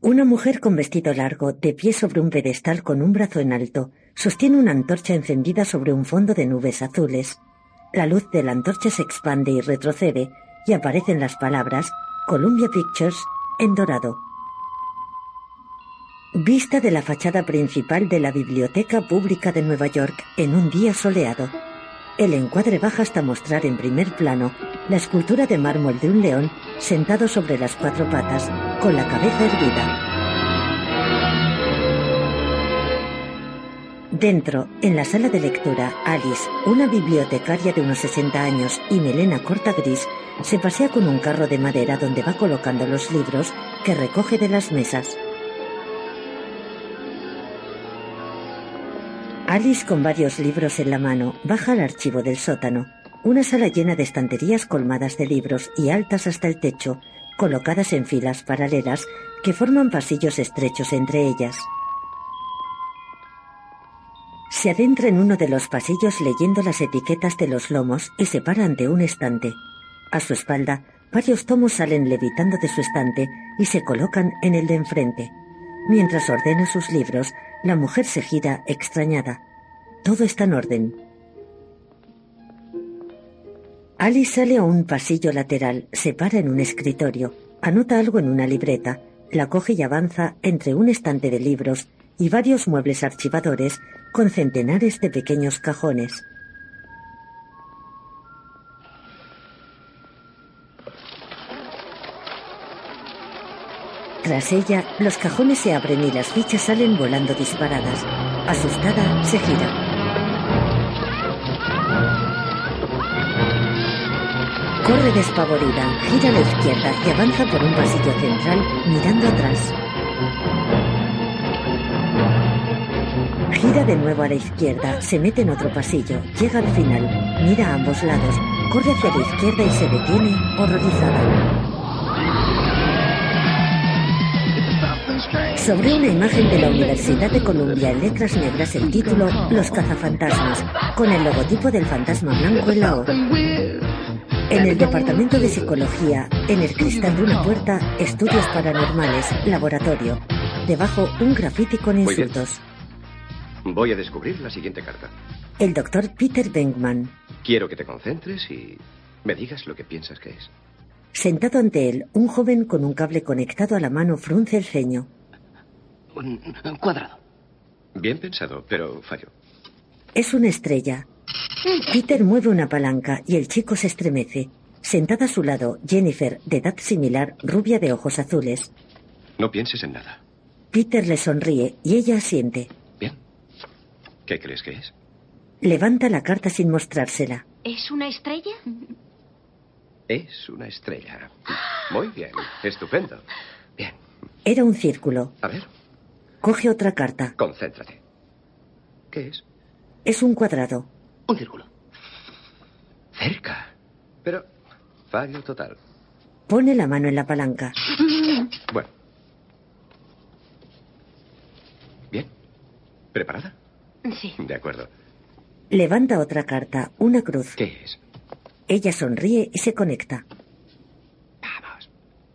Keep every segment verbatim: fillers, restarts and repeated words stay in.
Una mujer con vestido largo, de pie sobre un pedestal con un brazo en alto, sostiene una antorcha encendida sobre un fondo de nubes azules. La luz de la antorcha se expande y retrocede, y aparecen las palabras Columbia Pictures en dorado. Vista de la fachada principal de la Biblioteca Pública de Nueva York en un día soleado. El encuadre baja hasta mostrar en primer plano la escultura de mármol de un león sentado sobre las cuatro patas, con la cabeza erguida. Dentro, en la sala de lectura, Alice, una bibliotecaria de unos sesenta años y melena corta gris, se pasea con un carro de madera donde va colocando los libros que recoge de las mesas. Alice, con varios libros en la mano, baja al archivo del sótano, una sala llena de estanterías colmadas de libros y altas hasta el techo, colocadas en filas paralelas que forman pasillos estrechos entre ellas. Se adentra en uno de los pasillos leyendo las etiquetas de los lomos y se para ante un estante. A su espalda, varios tomos salen levitando de su estante y se colocan en el de enfrente. Mientras ordena sus libros, la mujer se gira extrañada. Todo está en orden. Alice sale a un pasillo lateral, se para en un escritorio, anota algo en una libreta, la coge y avanza entre un estante de libros y varios muebles archivadores con centenares de pequeños cajones. Tras ella, los cajones se abren y las fichas salen volando disparadas. Asustada, se gira. Corre despavorida, gira a la izquierda y avanza por un pasillo central, mirando atrás. Gira de nuevo a la izquierda, se mete en otro pasillo, llega al final, mira a ambos lados, corre hacia la izquierda y se detiene, horrorizada. Sobre una imagen de la Universidad de Columbia en letras negras el título Los cazafantasmas, con el logotipo del fantasma blanco en la O. En el departamento de psicología, en el cristal de una puerta, estudios paranormales, laboratorio. Debajo, un grafiti con insultos. Voy a descubrir la siguiente carta. El doctor Peter Venkman. Quiero que te concentres y me digas lo que piensas que es. Sentado ante él, un joven con un cable conectado a la mano frunce el ceño. Un cuadrado. Bien pensado, pero fallo. Es una estrella. Peter mueve una palanca y el chico se estremece. Sentada a su lado, Jennifer, de edad similar, rubia de ojos azules. No pienses en nada. Peter le sonríe y ella asiente. Bien. ¿Qué crees que es? Levanta la carta sin mostrársela. ¿Es una estrella? Es una estrella. Muy bien. Estupendo. Bien. Era un círculo. A ver. Coge otra carta. Concéntrate. ¿Qué es? Es un cuadrado. Un círculo. Cerca. Pero fallo total. Pone la mano en la palanca. Bueno. Bien. ¿Preparada? Sí. De acuerdo. Levanta otra carta, una cruz. ¿Qué es? Ella sonríe y se conecta. Vamos.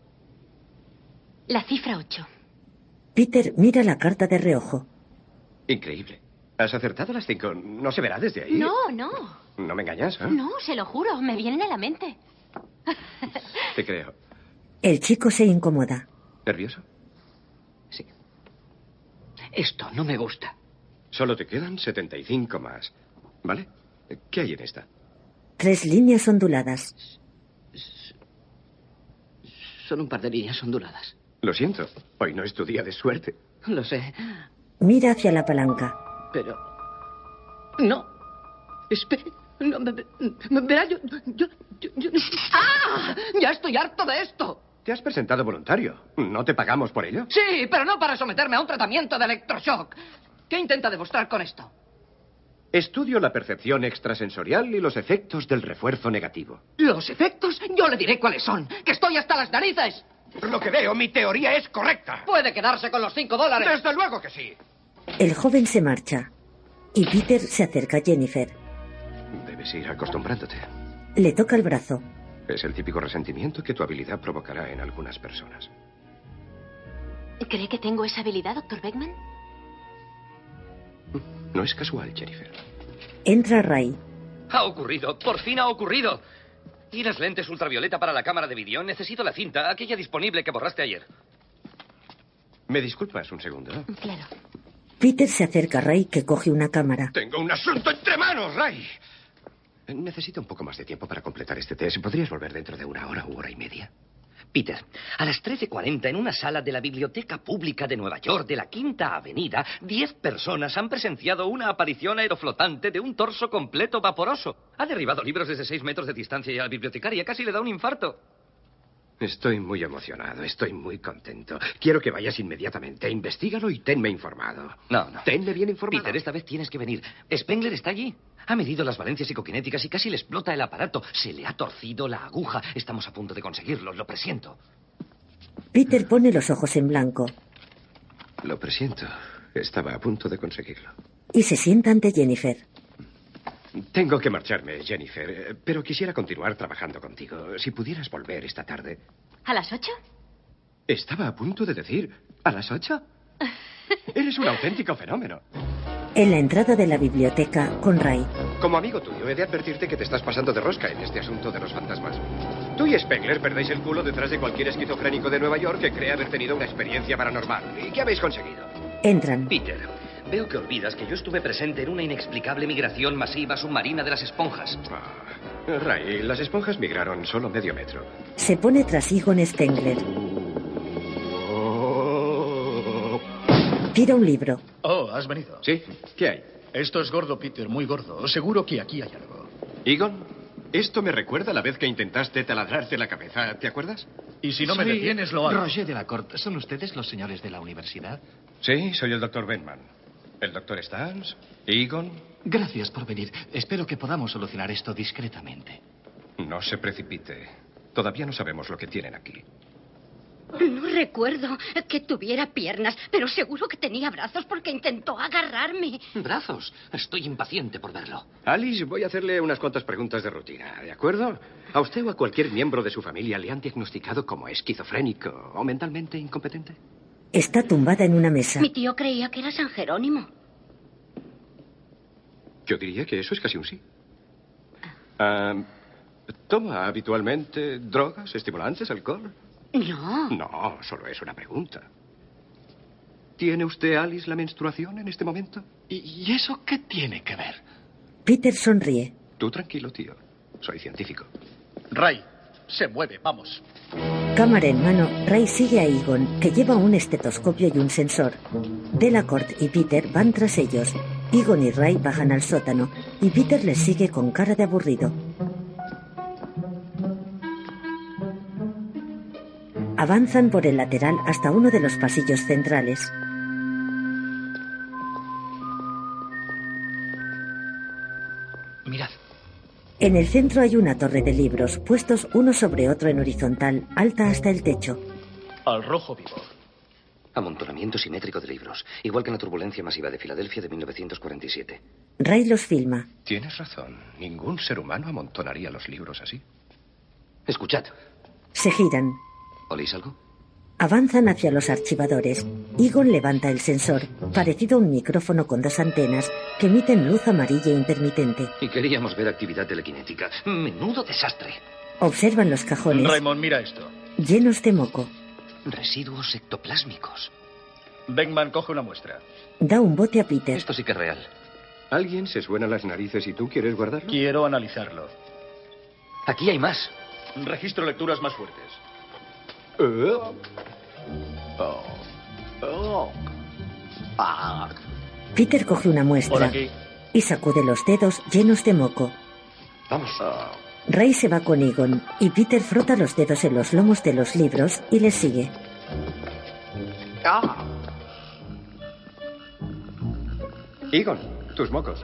La cifra ocho. Peter mira la carta de reojo. Increíble. Has acertado las cinco. ¿No se verá desde ahí? No, no. No me engañas, ¿eh? No, se lo juro. Me vienen a la mente. Te creo. El chico se incomoda. ¿Nervioso? Sí. Esto no me gusta. Solo te quedan setenta y cinco más. ¿Vale? ¿Qué hay en esta? Tres líneas onduladas. Son un par de líneas onduladas. Lo siento. Hoy no es tu día de suerte. Lo sé. Mira hacia la palanca. Pero... No. Espere. No, me, me, verá, yo, yo, yo, yo... ¡Ah! Ya estoy harto de esto. Te has presentado voluntario. ¿No te pagamos por ello? Sí, pero no para someterme a un tratamiento de electroshock. ¿Qué intenta demostrar con esto? Estudio la percepción extrasensorial y los efectos del refuerzo negativo. ¿Los efectos? Yo le diré cuáles son. ¡Que estoy hasta las narices! Por lo que veo, mi teoría es correcta. Puede quedarse con los cinco dólares. Desde luego que sí. El joven se marcha. Y Peter se acerca a Jennifer. Debes ir acostumbrándote. Le toca el brazo. Es el típico resentimiento que tu habilidad provocará en algunas personas. ¿Cree que tengo esa habilidad, doctor Beckman? No es casual, Jennifer. Entra Ray. Ha ocurrido, por fin ha ocurrido. ¿Y las lentes ultravioleta para la cámara de vídeo? Necesito la cinta, aquella disponible que borraste ayer. ¿Me disculpas un segundo? Claro. Peter se acerca a Ray, que coge una cámara. Tengo un asunto entre manos, Ray. Necesito un poco más de tiempo para completar este test. ¿Podrías volver dentro de una hora u hora y media? Peter, a las trece cuarenta en una sala de la Biblioteca Pública de Nueva York de la Quinta Avenida, diez personas han presenciado una aparición aeroflotante de un torso completo vaporoso. Ha derribado libros desde seis metros de distancia y a la bibliotecaria casi le da un infarto. Estoy muy emocionado, estoy muy contento. Quiero que vayas inmediatamente, investígalo y tenme informado. No, no. Tenme bien informado. Peter, esta vez tienes que venir. Spengler está allí. Ha medido las valencias psicoquinéticas y casi le explota el aparato. Se le ha torcido la aguja. Estamos a punto de conseguirlo, lo presiento. Peter pone los ojos en blanco. Lo presiento. Estaba a punto de conseguirlo. Y se sienta ante Jennifer. Tengo que marcharme, Jennifer, pero quisiera continuar trabajando contigo. Si pudieras volver esta tarde. ¿A las ocho? Estaba a punto de decir, ¿a las ocho? Eres un auténtico fenómeno. En la entrada de la biblioteca, con Ray. Como amigo tuyo, he de advertirte que te estás pasando de rosca en este asunto de los fantasmas. Tú y Spengler perdéis el culo detrás de cualquier esquizofrénico de Nueva York que cree haber tenido una experiencia paranormal. ¿Y qué habéis conseguido? Entran. Peter, veo que olvidas que yo estuve presente en una inexplicable migración masiva submarina de las esponjas. Ah, Ray, las esponjas migraron solo medio metro. Se pone tras Egon Spengler. Tira un libro. Oh, ¿has venido? ¿Sí? ¿Qué hay? Esto es gordo, Peter, muy gordo. Seguro que aquí hay algo. Egon, esto me recuerda la vez que intentaste taladrarte la cabeza. ¿Te acuerdas? Y si no me detienes, lo hago. Roger de la Corte. ¿Son ustedes los señores de la universidad? Sí, soy el doctor Beckman. ¿El doctor Stans? ¿Egon? Gracias por venir. Espero que podamos solucionar esto discretamente. No se precipite. Todavía no sabemos lo que tienen aquí. No recuerdo que tuviera piernas, pero seguro que tenía brazos porque intentó agarrarme. ¿Brazos? Estoy impaciente por verlo. Alice, voy a hacerle unas cuantas preguntas de rutina, ¿de acuerdo? ¿A usted o a cualquier miembro de su familia le han diagnosticado como esquizofrénico o mentalmente incompetente? Está tumbada en una mesa. Mi tío creía que era San Jerónimo. Yo diría que eso es casi un sí. Ah, ¿Toma habitualmente drogas, estimulantes, alcohol? No. No, solo es una pregunta. ¿Tiene usted, Alice, la menstruación en este momento? ¿Y eso qué tiene que ver? Peter sonríe. Tú tranquilo, tío. Soy científico. Ray, se mueve, vamos. Cámara en mano, Ray sigue a Egon, que lleva un estetoscopio y un sensor. Delacourt y Peter van tras ellos. Egon y Ray bajan al sótano, y Peter les sigue con cara de aburrido. Avanzan por el lateral hasta uno de los pasillos centrales. Mirad. En el centro hay una torre de libros, puestos uno sobre otro en horizontal, alta hasta el techo. Al rojo vivo. Amontonamiento simétrico de libros, igual que en la turbulencia masiva de Filadelfia de mil novecientos cuarenta y siete. Ray los filma. Tienes razón. Ningún ser humano amontonaría los libros así. Escuchad. Se giran. ¿Oléis algo? Avanzan hacia los archivadores. Egon levanta el sensor, parecido a un micrófono con dos antenas, que emiten luz amarilla intermitente. Y queríamos ver actividad telequinética. Menudo desastre. Observan los cajones. Raymond, mira esto. Llenos de moco. Residuos ectoplásmicos. Beckman, coge una muestra. Da un bote a Peter. Esto sí que es real. ¿Alguien se suena las narices y tú quieres guardarlo? Quiero analizarlo. Aquí hay más. Registro lecturas más fuertes. Oh. Oh. Oh. Ah. Peter coge una Por muestra aquí. y sacude los dedos llenos de moco. Vamos. Ah. Ray se va con Egon y Peter frota los dedos en los lomos de los libros y les sigue. Ah. Egon, tus mocos.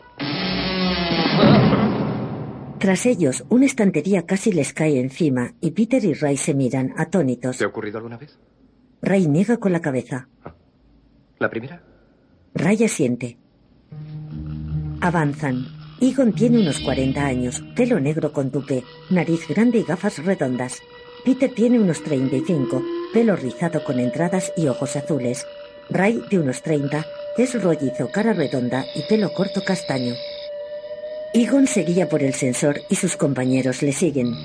Tras ellos, una estantería casi les cae encima y Peter y Ray se miran, atónitos. ¿Te ha ocurrido alguna vez? Ray niega con la cabeza. ¿La primera? Ray asiente. Avanzan. Egon tiene unos cuarenta años, pelo negro con tupé, nariz grande y gafas redondas. Peter tiene unos treinta y cinco, pelo rizado con entradas y ojos azules. Ray, de unos treinta, es rollizo, cara redonda y pelo corto castaño. Egon se guía por el sensor y sus compañeros le siguen.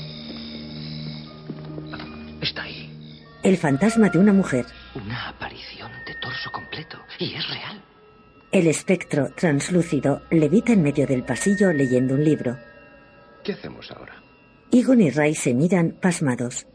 Está ahí. El fantasma de una mujer. Una aparición de torso completo. Y es real. El espectro, translúcido, levita en medio del pasillo leyendo un libro. ¿Qué hacemos ahora? Egon y Ray se miran pasmados.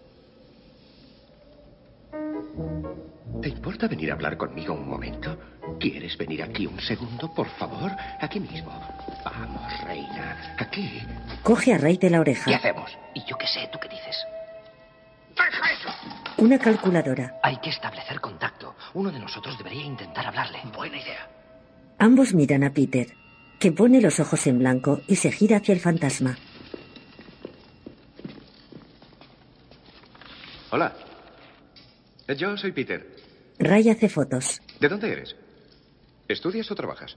¿Te importa venir a hablar conmigo un momento? ¿Quieres venir aquí un segundo, por favor? Aquí mismo. Vamos, reina. Aquí. Coge a Ray de la oreja. ¿Qué hacemos? Y yo qué sé, ¿tú qué dices? ¡Deja eso! Una calculadora. Hay que establecer contacto. Uno de nosotros debería intentar hablarle. Buena idea. Ambos miran a Peter, que pone los ojos en blanco y se gira hacia el fantasma. Hola. Yo soy Peter. Ray hace fotos. ¿De dónde eres? ¿Estudias o trabajas?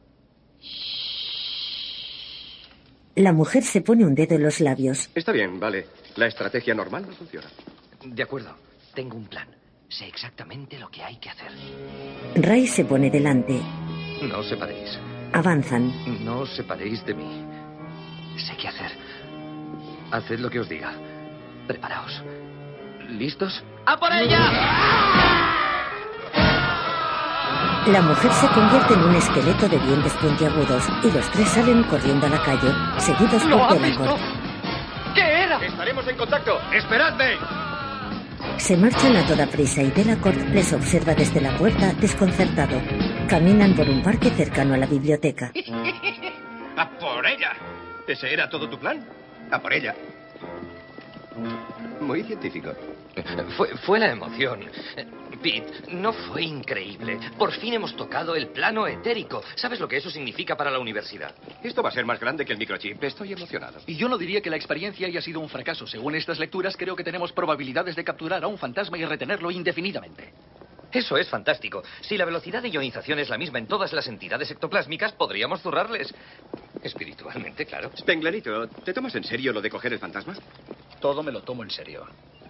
La mujer se pone un dedo en los labios. Está bien, vale. La estrategia normal no funciona. De acuerdo. Tengo un plan. Sé exactamente lo que hay que hacer. Ray se pone delante. No os separéis. Avanzan. No os separéis de mí. Sé qué hacer. Haced lo que os diga. Preparaos. ¿Listos? ¡A por ella! La mujer se convierte en un esqueleto de dientes puntiagudos y los tres salen corriendo a la calle, seguidos ¿Lo por ha visto? Delacorte. ¿Qué era? ¡Estaremos en contacto! ¡Esperadme! Se marchan a toda prisa y Delacorte les observa desde la puerta desconcertado. Caminan por un parque cercano a la biblioteca. ¡A por ella! ¿Ese era todo tu plan? ¡A por ella! Muy científico. Fue, fue la emoción. Pete, no fue increíble. Por fin hemos tocado el plano etérico. ¿Sabes lo que eso significa para la universidad? Esto va a ser más grande que el microchip. Estoy emocionado. Y yo no diría que la experiencia haya sido un fracaso. Según estas lecturas, creo que tenemos probabilidades de capturar a un fantasma y retenerlo indefinidamente. Eso es fantástico. Si la velocidad de ionización es la misma en todas las entidades ectoplásmicas, podríamos zurrarles. Espiritualmente, claro. Spenglerito, ¿te tomas en serio lo de coger el fantasma? Todo me lo tomo en serio.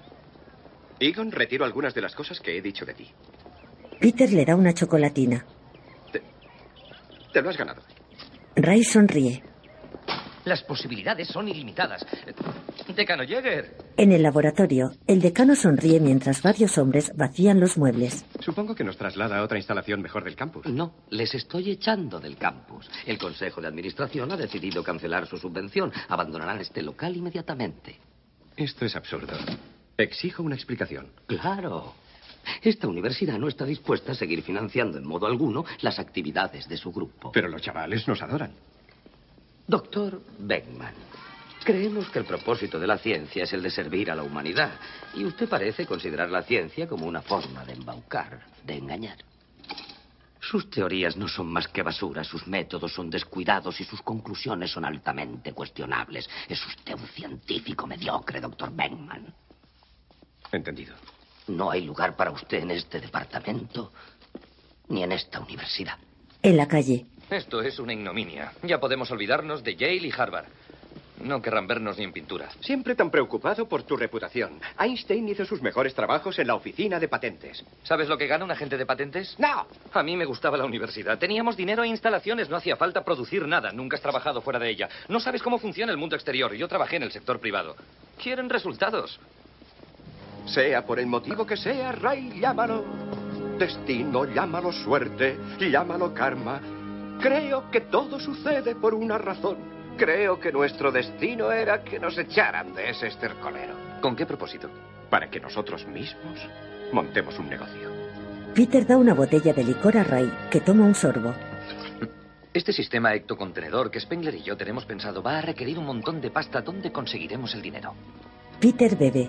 Egon, retiro algunas de las cosas que he dicho de ti. Peter le da una chocolatina. Te, te lo has ganado. Ray sonríe. Las posibilidades son ilimitadas. Decano Jäger. En el laboratorio, el decano sonríe mientras varios hombres vacían los muebles. Supongo que nos traslada a otra instalación mejor del campus. No, les estoy echando del campus. El Consejo de Administración ha decidido cancelar su subvención. Abandonarán este local inmediatamente. Esto es absurdo. Exijo una explicación. Claro. Esta universidad no está dispuesta a seguir financiando en modo alguno las actividades de su grupo. Pero los chavales nos adoran. Doctor Beckman, creemos que el propósito de la ciencia es el de servir a la humanidad. Y usted parece considerar la ciencia como una forma de embaucar, de engañar. Sus teorías no son más que basura, sus métodos son descuidados y sus conclusiones son altamente cuestionables. Es usted un científico mediocre, doctor Beckman. Entendido. No hay lugar para usted en este departamento ni en esta universidad. En la calle. Esto es una ignominia. Ya podemos olvidarnos de Yale y Harvard. No querrán vernos ni en pintura. Siempre tan preocupado por tu reputación. Einstein hizo sus mejores trabajos en la oficina de patentes. ¿Sabes lo que gana un agente de patentes? ¡No! A mí me gustaba la universidad. Teníamos dinero e instalaciones. No hacía falta producir nada. Nunca has trabajado fuera de ella. No sabes cómo funciona el mundo exterior. Yo trabajé en el sector privado. Quieren resultados. Sea por el motivo que sea, Ray, llámalo destino, llámalo suerte, llámalo karma. Creo que todo sucede por una razón. Creo que nuestro destino era que nos echaran de ese estercolero. ¿Con qué propósito? Para que nosotros mismos montemos un negocio. Peter da una botella de licor a Ray, que toma un sorbo. Este sistema ectocontenedor que Spengler y yo tenemos pensado va a requerir un montón de pasta. ¿Dónde conseguiremos el dinero? Peter bebe.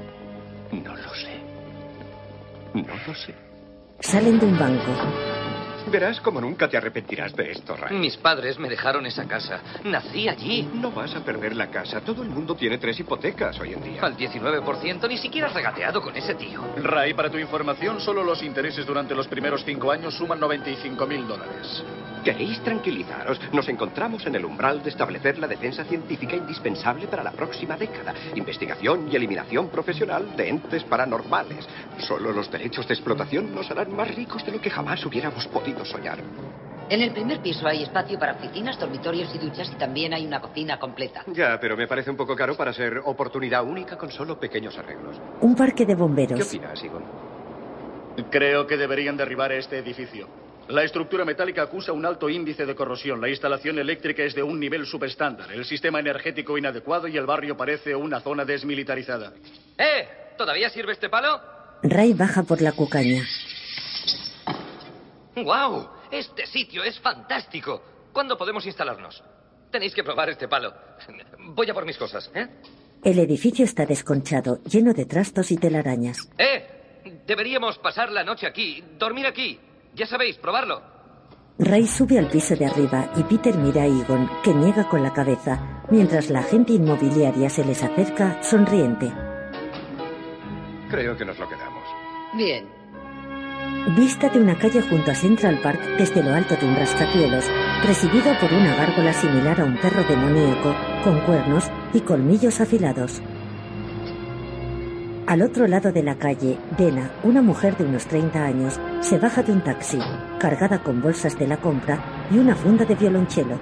No lo sé. No lo sé. Salen de un banco. Verás como nunca te arrepentirás de esto, Ray. Mis padres me dejaron esa casa. Nací allí. No vas a perder la casa. Todo el mundo tiene tres hipotecas hoy en día. Al diecinueve por ciento ni siquiera has regateado con ese tío. Ray, para tu información, solo los intereses durante los primeros cinco años suman noventa y cinco mil dólares. ¿Queréis tranquilizaros? Nos encontramos en el umbral de establecer la defensa científica indispensable para la próxima década. Investigación y eliminación profesional de entes paranormales. Solo los derechos de explotación nos harán más ricos de lo que jamás hubiéramos podido soñar. En el primer piso hay espacio para oficinas, dormitorios y duchas y también hay una cocina completa. Ya, pero me parece un poco caro para ser oportunidad única con solo pequeños arreglos. Un parque de bomberos. ¿Qué opinas, Egon? Creo que deberían derribar este edificio. La estructura metálica acusa un alto índice de corrosión. La instalación eléctrica es de un nivel subestándar. El sistema energético inadecuado y el barrio parece una zona desmilitarizada. ¡Eh! ¿Todavía sirve este palo? Ray baja por la cucaña. ¡Guau! Este sitio es fantástico. ¿Cuándo podemos instalarnos? Tenéis que probar este palo. Voy a por mis cosas, ¿eh? El edificio está desconchado, lleno de trastos y telarañas. ¡Eh! Deberíamos pasar la noche aquí, dormir aquí. Ya sabéis, probarlo. Ray sube al piso de arriba y Peter mira a Egon, que niega con la cabeza, mientras la agente inmobiliaria se les acerca, sonriente. Creo que nos lo quedamos. Bien. Vista de una calle junto a Central Park desde lo alto de un rascacielos, presidido por una gárgola similar a un perro demoníaco, con cuernos y colmillos afilados. Al otro lado de la calle, Dena, una mujer de unos treinta años, se baja de un taxi, cargada con bolsas de la compra y una funda de violonchelo.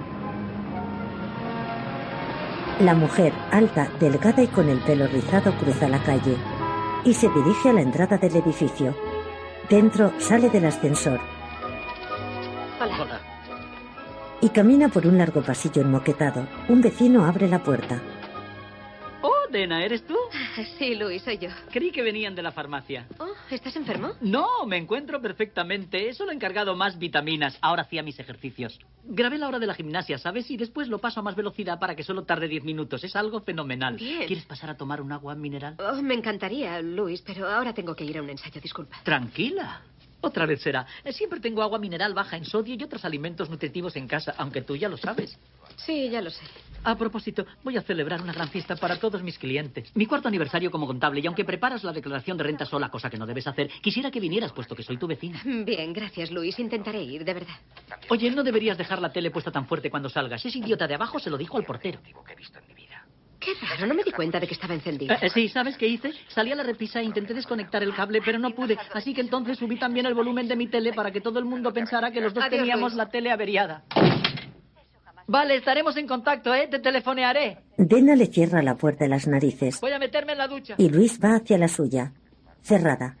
La mujer, alta, delgada y con el pelo rizado, cruza la calle y se dirige a la entrada del edificio. Dentro sale del ascensor. Hola. Hola. Y camina por un largo pasillo enmoquetado. Un vecino abre la puerta. Oh, Dena, ¿eres tú? Sí, Luis, soy yo. Creí que venían de la farmacia. Oh, ¿estás enfermo? No, me encuentro perfectamente. Solo he encargado más vitaminas. Ahora hacía mis ejercicios. Grabé la hora de la gimnasia, ¿sabes? Y después lo paso a más velocidad para que solo tarde diez minutos. Es algo fenomenal. Bien. ¿Quieres pasar a tomar un agua mineral? Oh, me encantaría, Luis, pero ahora tengo que ir a un ensayo, disculpa. Tranquila. Otra vez será. Siempre tengo agua mineral baja en sodio y otros alimentos nutritivos en casa, aunque tú ya lo sabes. Sí, ya lo sé. A propósito, voy a celebrar una gran fiesta para todos mis clientes. Mi cuarto aniversario como contable, y aunque preparas la declaración de renta sola, cosa que no debes hacer, quisiera que vinieras, puesto que soy tu vecina. Bien, gracias, Luis. Intentaré ir, de verdad. Oye, no deberías dejar la tele puesta tan fuerte cuando salgas. Ese idiota de abajo se lo dijo al portero. Qué raro, no me di cuenta de que estaba encendido. Eh, sí, ¿sabes qué hice? Salí a la repisa e intenté desconectar el cable, pero no pude. Así que entonces subí también el volumen de mi tele para que todo el mundo pensara que los dos Adiós, teníamos Luis. la tele averiada. Vale, estaremos en contacto, ¿eh? Te telefonearé. Dena le cierra la puerta en las narices. Voy a meterme en la ducha. Y Luis va hacia la suya. Cerrada.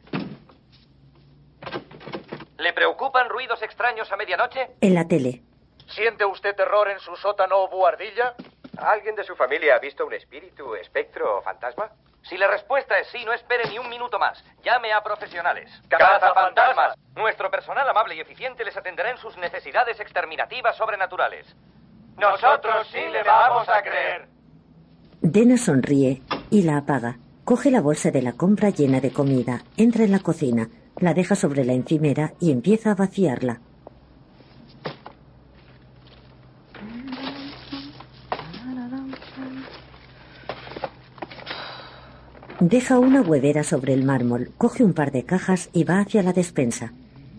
¿Le preocupan ruidos extraños a medianoche? En la tele. ¿Siente usted terror en su sótano o buhardilla? ¿Alguien de su familia ha visto un espíritu, espectro o fantasma? Si la respuesta es sí, no espere ni un minuto más. Llame a profesionales. ¡Cazafantasmas! Nuestro personal amable y eficiente les atenderá en sus necesidades exterminativas sobrenaturales. Nosotros sí le vamos a creer. Dena sonríe y la apaga. Coge la bolsa de la compra llena de comida, entra en la cocina, la deja sobre la encimera y empieza a vaciarla. Deja una huevera sobre el mármol, coge un par de cajas y va hacia la despensa.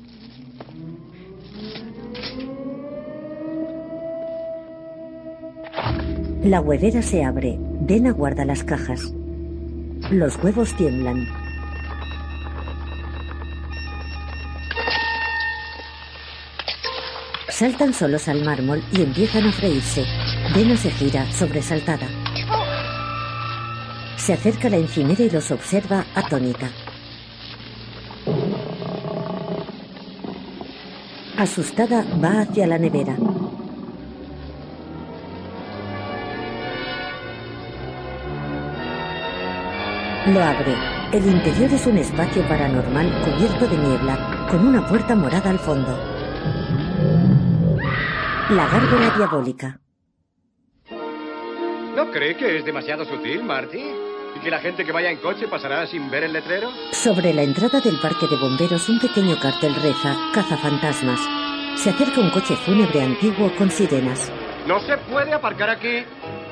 La huevera se abre. Dena guarda las cajas. Los huevos tiemblan. Saltan solos al mármol y empiezan a freírse. Dena se gira, sobresaltada. Se acerca a la encimera y los observa atónita. Asustada, va hacia la nevera. Lo abre. El interior es un espacio paranormal cubierto de niebla, con una puerta morada al fondo. La gárgola diabólica. ¿No cree que es demasiado sutil, Marty? ¿Y que la gente que vaya en coche pasará sin ver el letrero? Sobre la entrada del parque de bomberos, un pequeño cartel reza: Cazafantasmas. Se acerca un coche fúnebre antiguo con sirenas. No se puede aparcar aquí.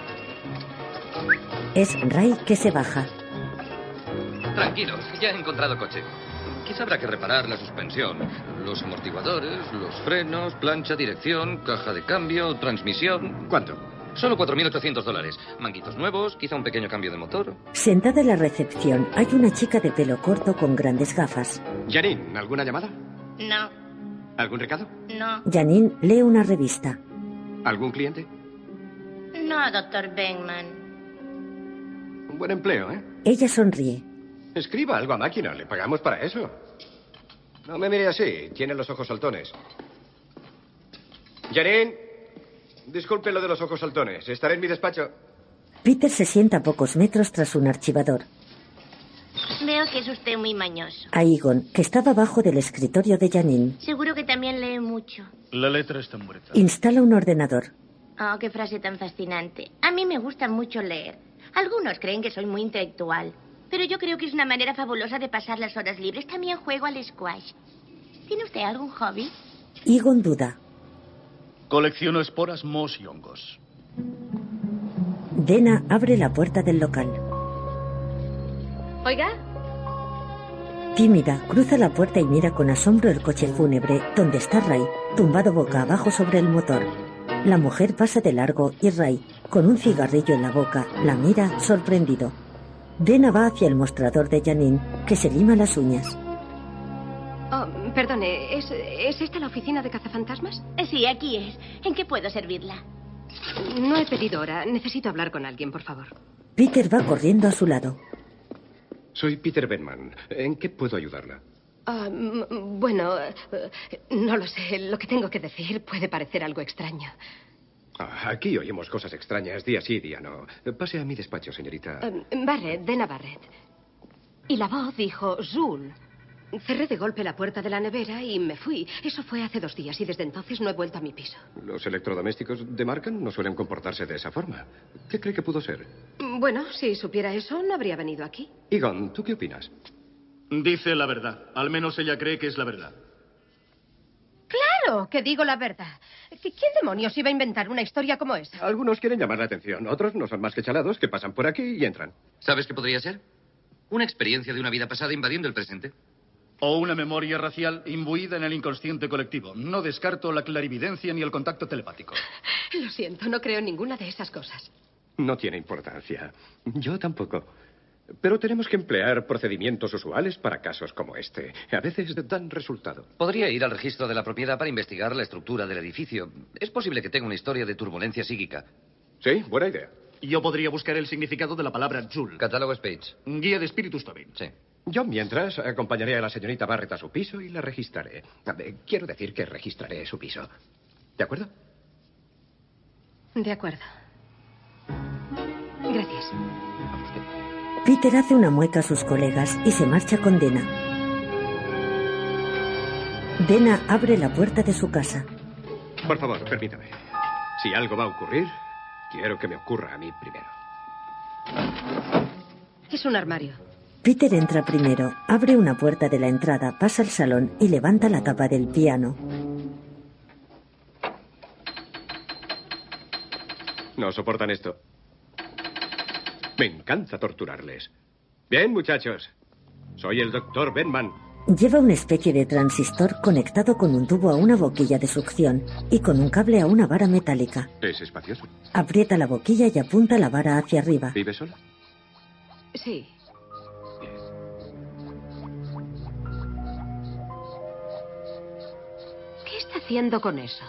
Es Ray que se baja. Tranquilos, ya he encontrado coche. Quizá habrá que reparar la suspensión, los amortiguadores, los frenos, plancha, dirección, caja de cambio, transmisión. ¿Cuánto? Solo cuatro mil ochocientos dólares. Manguitos nuevos, quizá un pequeño cambio de motor. Sentada en la recepción hay una chica de pelo corto con grandes gafas. Janine, ¿alguna llamada? No. ¿Algún recado? No. Janine lee una revista. ¿Algún cliente? No, doctor Beckman. Un buen empleo, ¿eh? Ella sonríe. Escriba algo a máquina, le pagamos para eso. No me mire así, tiene los ojos saltones. Janine, disculpe lo de los ojos saltones, estaré en mi despacho. Peter se sienta a pocos metros tras un archivador. Veo que es usted muy mañoso. A Egon, que estaba abajo del escritorio de Janine. Seguro que también lee mucho. La letra está muerta. Instala un ordenador. Oh, qué frase tan fascinante. A mí me gusta mucho leer. Algunos creen que soy muy intelectual, pero yo creo que es una manera fabulosa de pasar las horas libres. También juego al squash. ¿Tiene usted algún hobby? Egon duda. Colecciono esporas, mohos y hongos. Dena abre la puerta del local. Oiga. Tímida, cruza la puerta y mira con asombro el coche fúnebre, donde está Ray, tumbado boca abajo sobre el motor. La mujer pasa de largo y Ray, con un cigarrillo en la boca, la mira sorprendido. Dena va hacia el mostrador de Janine, que se lima las uñas. Oh, perdone, ¿es, ¿es esta la oficina de cazafantasmas? Sí, aquí es. ¿En qué puedo servirla? No he pedido hora. Necesito hablar con alguien, por favor. Peter va corriendo a su lado. Soy Peter Beckman. ¿En qué puedo ayudarla? Uh, bueno, uh, no lo sé. Lo que tengo que decir puede parecer algo extraño. Ah, aquí oímos cosas extrañas, día sí, día no. Pase a mi despacho, señorita. Uh, Barrett, Dena Barrett. Y la voz dijo, Zul. Cerré de golpe la puerta de la nevera y me fui. Eso fue hace dos días y desde entonces no he vuelto a mi piso. Los electrodomésticos de marca no suelen comportarse de esa forma. ¿Qué cree que pudo ser? Bueno, si supiera eso, no habría venido aquí. Egon, ¿tú qué opinas? Dice la verdad. Al menos ella cree que es la verdad. ¡Claro que digo la verdad! ¿Quién demonios iba a inventar una historia como esa? Algunos quieren llamar la atención, otros no son más que chalados que pasan por aquí y entran. ¿Sabes qué podría ser? Una experiencia de una vida pasada invadiendo el presente. O una memoria racial imbuida en el inconsciente colectivo. No descarto la clarividencia ni el contacto telepático. Lo siento, no creo en ninguna de esas cosas. No tiene importancia. Yo tampoco. Pero tenemos que emplear procedimientos usuales para casos como este. A veces dan resultado. Podría ir al registro de la propiedad para investigar la estructura del edificio. Es posible que tenga una historia de turbulencia psíquica. Sí, buena idea. Yo podría buscar el significado de la palabra Zul. Catálogo Spage. Guía de espíritus Tobin. Sí. Yo, mientras, acompañaré a la señorita Barrett a su piso y la registraré. Quiero decir que registraré su piso. ¿De acuerdo? De acuerdo. Gracias. Peter hace una mueca a sus colegas y se marcha con Dena. Dena abre la puerta de su casa. Por favor, permítame. Si algo va a ocurrir, quiero que me ocurra a mí primero. Es un armario. Peter entra primero, abre una puerta de la entrada, pasa al salón y levanta la tapa del piano. No soportan esto. Me encanta torturarles. Bien, muchachos. Soy el doctor Beckman. Lleva una especie de transistor conectado con un tubo a una boquilla de succión y con un cable a una vara metálica. Es espacioso. Aprieta la boquilla y apunta la vara hacia arriba. ¿Vive sola? Sí. ¿Qué está haciendo con eso?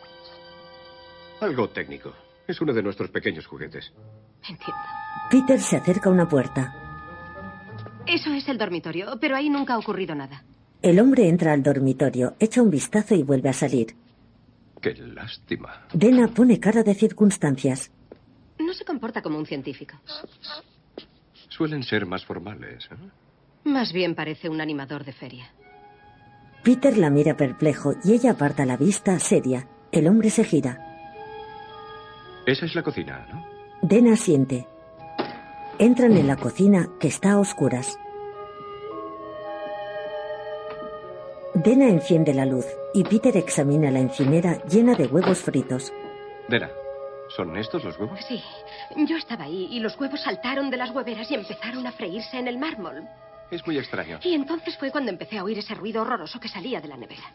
Algo técnico. Es uno de nuestros pequeños juguetes. Entiendo. Peter se acerca a una puerta. Eso es el dormitorio, pero ahí nunca ha ocurrido nada. El hombre entra al dormitorio, echa un vistazo y vuelve a salir. Qué lástima. Dena pone cara de circunstancias. No se comporta como un científico. Suelen ser más formales, ¿eh? Más bien parece un animador de feria. Peter la mira perplejo y ella aparta la vista, seria. El hombre se gira. Esa es la cocina, ¿no? Dena asiente. Entran en la cocina, que está a oscuras. Dena enciende la luz y Peter examina la encimera llena de huevos fritos. Dena, ¿son estos los huevos? Sí, yo estaba ahí y los huevos saltaron de las hueveras y empezaron a freírse en el mármol. Es muy extraño. Y entonces fue cuando empecé a oír ese ruido horroroso que salía de la nevera.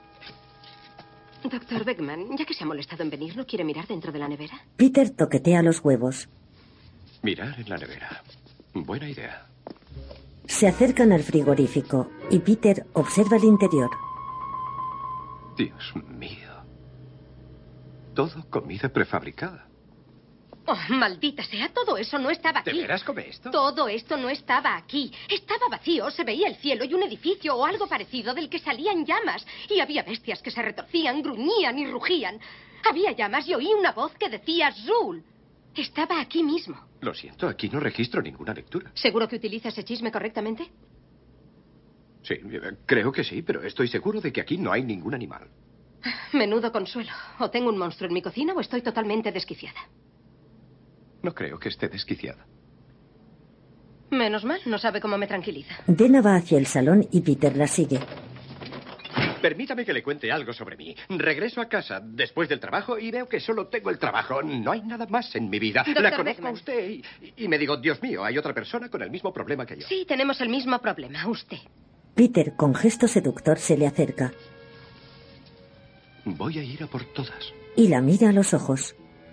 Doctor Beckman, ya que se ha molestado en venir, ¿no quiere mirar dentro de la nevera? Peter toquetea los huevos. Mirar en la nevera. Buena idea. Se acercan al frigorífico y Peter observa el interior. Dios mío. Todo comida prefabricada. Oh, maldita sea, todo eso no estaba aquí. ¿De veras come esto? Todo esto no estaba aquí. Estaba vacío, se veía el cielo y un edificio o algo parecido del que salían llamas. Y había bestias que se retorcían, gruñían y rugían. Había llamas y oí una voz que decía Zul. Estaba aquí mismo. Lo siento, aquí no registro ninguna lectura. ¿Seguro que utiliza ese chisme correctamente? Sí, creo que sí, pero estoy seguro de que aquí no hay ningún animal. Menudo consuelo. O tengo un monstruo en mi cocina o estoy totalmente desquiciada. No creo que esté desquiciada. Menos mal, no sabe cómo me tranquiliza. Dena va hacia el salón y Peter la sigue. Permítame que le cuente algo sobre mí. Regreso a casa después del trabajo y veo que solo tengo el trabajo. No hay nada más en mi vida. Doctor La conozco Beckman. a usted y, y me digo, Dios mío, hay otra persona con el mismo problema que yo. Sí, tenemos el mismo problema, usted. Peter, con gesto seductor, se le acerca. Voy a ir a por todas. Y la mira a los ojos.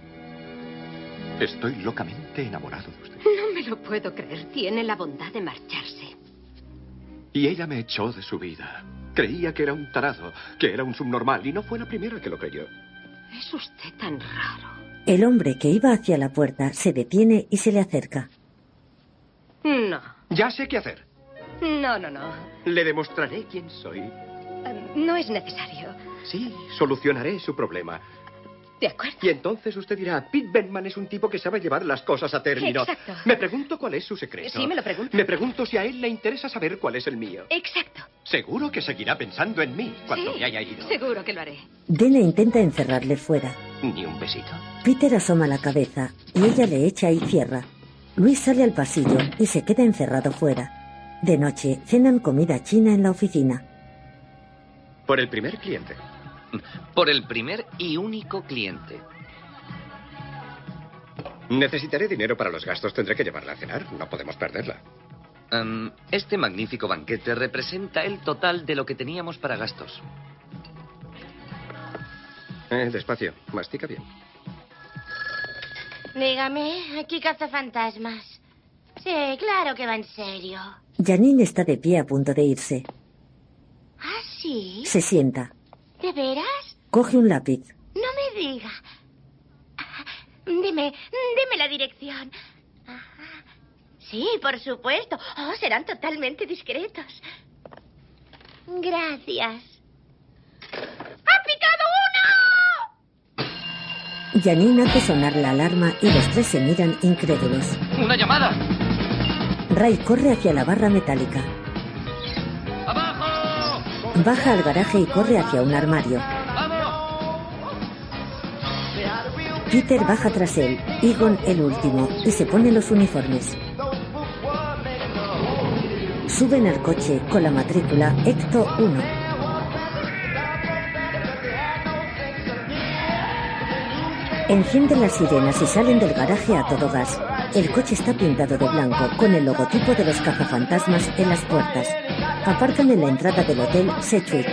Estoy locamente enamorado de usted. No me lo puedo creer. Tiene la bondad de marcharse. Y ella me echó de su vida. Creía que era un tarado, que era un subnormal, y no fue la primera que lo creyó. Es usted tan raro. El hombre que iba hacia la puerta se detiene y se le acerca. No. Ya sé qué hacer. No, no, no. Le demostraré quién soy. Eh, No es necesario. Sí, solucionaré su problema. De acuerdo. Y entonces usted dirá, Pete Beckman es un tipo que sabe llevar las cosas a término. Exacto. Me pregunto cuál es su secreto. Sí, me lo pregunto. Me pregunto si a él le interesa saber cuál es el mío. Exacto. Seguro que seguirá pensando en mí cuando Sí, me haya ido. Seguro que lo haré. Dena intenta encerrarle fuera. Ni un besito. Peter asoma la cabeza y ella le echa y cierra. Luis sale al pasillo y se queda encerrado fuera. De noche cenan comida china en la oficina. Por el primer cliente. Por el primer y único cliente. Necesitaré dinero para los gastos. Tendré que llevarla a cenar. No podemos perderla. Um, este magnífico banquete representa el total de lo que teníamos para gastos. Eh, despacio. Mastica bien. Dígame, aquí cazafantasmas. Sí, claro que va en serio. Janine está de pie a punto de irse. ¿Ah, sí? Se sienta. ¿De veras? Coge un lápiz. No me diga. Ah, Dime, dime la dirección. Ajá. Sí, por supuesto. Oh, serán totalmente discretos. Gracias. ¡Ha picado uno! Janine hace sonar la alarma y los tres se miran incrédulos. ¡Una llamada! Ray corre hacia la barra metálica. ¡Abajo! Baja al garaje y corre hacia un armario. Peter baja tras él, Egon el último, y se pone los uniformes. Suben al coche con la matrícula Ecto uno. Encienden las sirenas y salen del garaje a todo gas. El coche está pintado de blanco, con el logotipo de los cazafantasmas en las puertas. Aparcan en la entrada del hotel Sedgwick.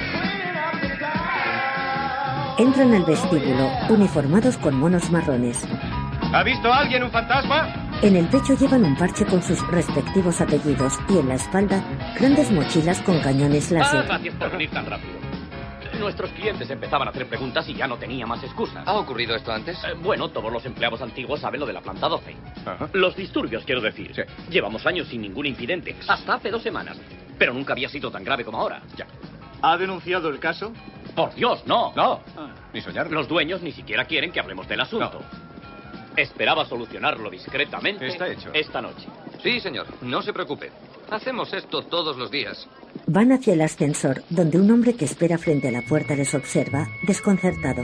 Entran al vestíbulo, uniformados con monos marrones. ¿Ha visto alguien un fantasma? En el pecho llevan un parche con sus respectivos apellidos y en la espalda grandes mochilas con cañones Ah, láser. gracias por venir tan rápido. Nuestros clientes empezaban a hacer preguntas y ya no tenía más excusas. ¿Ha ocurrido esto antes? Eh, bueno, todos los empleados antiguos saben lo de la planta doce. Ajá. Los disturbios, quiero decir. Sí. Llevamos años sin ningún incidente, hasta hace dos semanas. Pero nunca había sido tan grave como ahora. Ya. ¿Ha denunciado el caso? Por Dios, no. No, ni soñarlo. Los dueños ni siquiera quieren que hablemos del asunto. Esperaba solucionarlo discretamente Está hecho. esta noche. Sí, señor. No se preocupe. Hacemos esto todos los días. Van hacia el ascensor, donde un hombre que espera frente a la puerta les observa, desconcertado.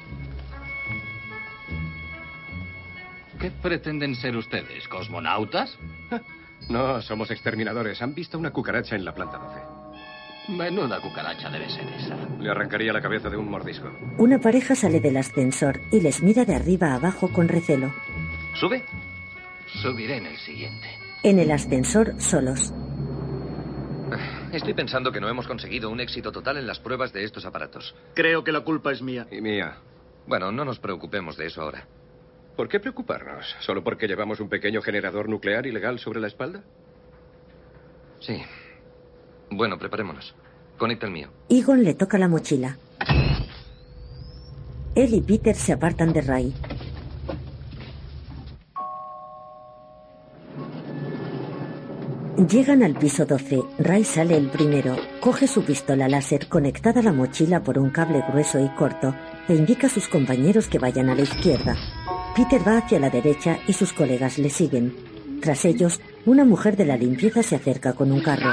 ¿Qué pretenden ser ustedes? ¿Cosmonautas? No, somos exterminadores. Han visto una cucaracha en la planta doce. Menuda cucaracha debe ser esa. Le arrancaría la cabeza de un mordisco. Una pareja sale del ascensor y les mira de arriba a abajo con recelo. ¿Sube? Subiré en el siguiente. En el ascensor, solos. Estoy pensando que no hemos conseguido un éxito total en las pruebas de estos aparatos. Creo que la culpa es mía. Y mía. Bueno, no nos preocupemos de eso ahora. ¿Por qué preocuparnos? ¿Solo porque llevamos un pequeño generador nuclear ilegal sobre la espalda? Sí. Bueno, preparémonos. Conecta el mío. Egon le toca la mochila. Él y Peter se apartan de Ray. Llegan al piso doce. Ray sale el primero. Coge su pistola láser conectada a la mochila por un cable grueso y corto e indica a sus compañeros que vayan a la izquierda. Peter va hacia la derecha y sus colegas le siguen. Tras ellos, una mujer de la limpieza se acerca con un carro.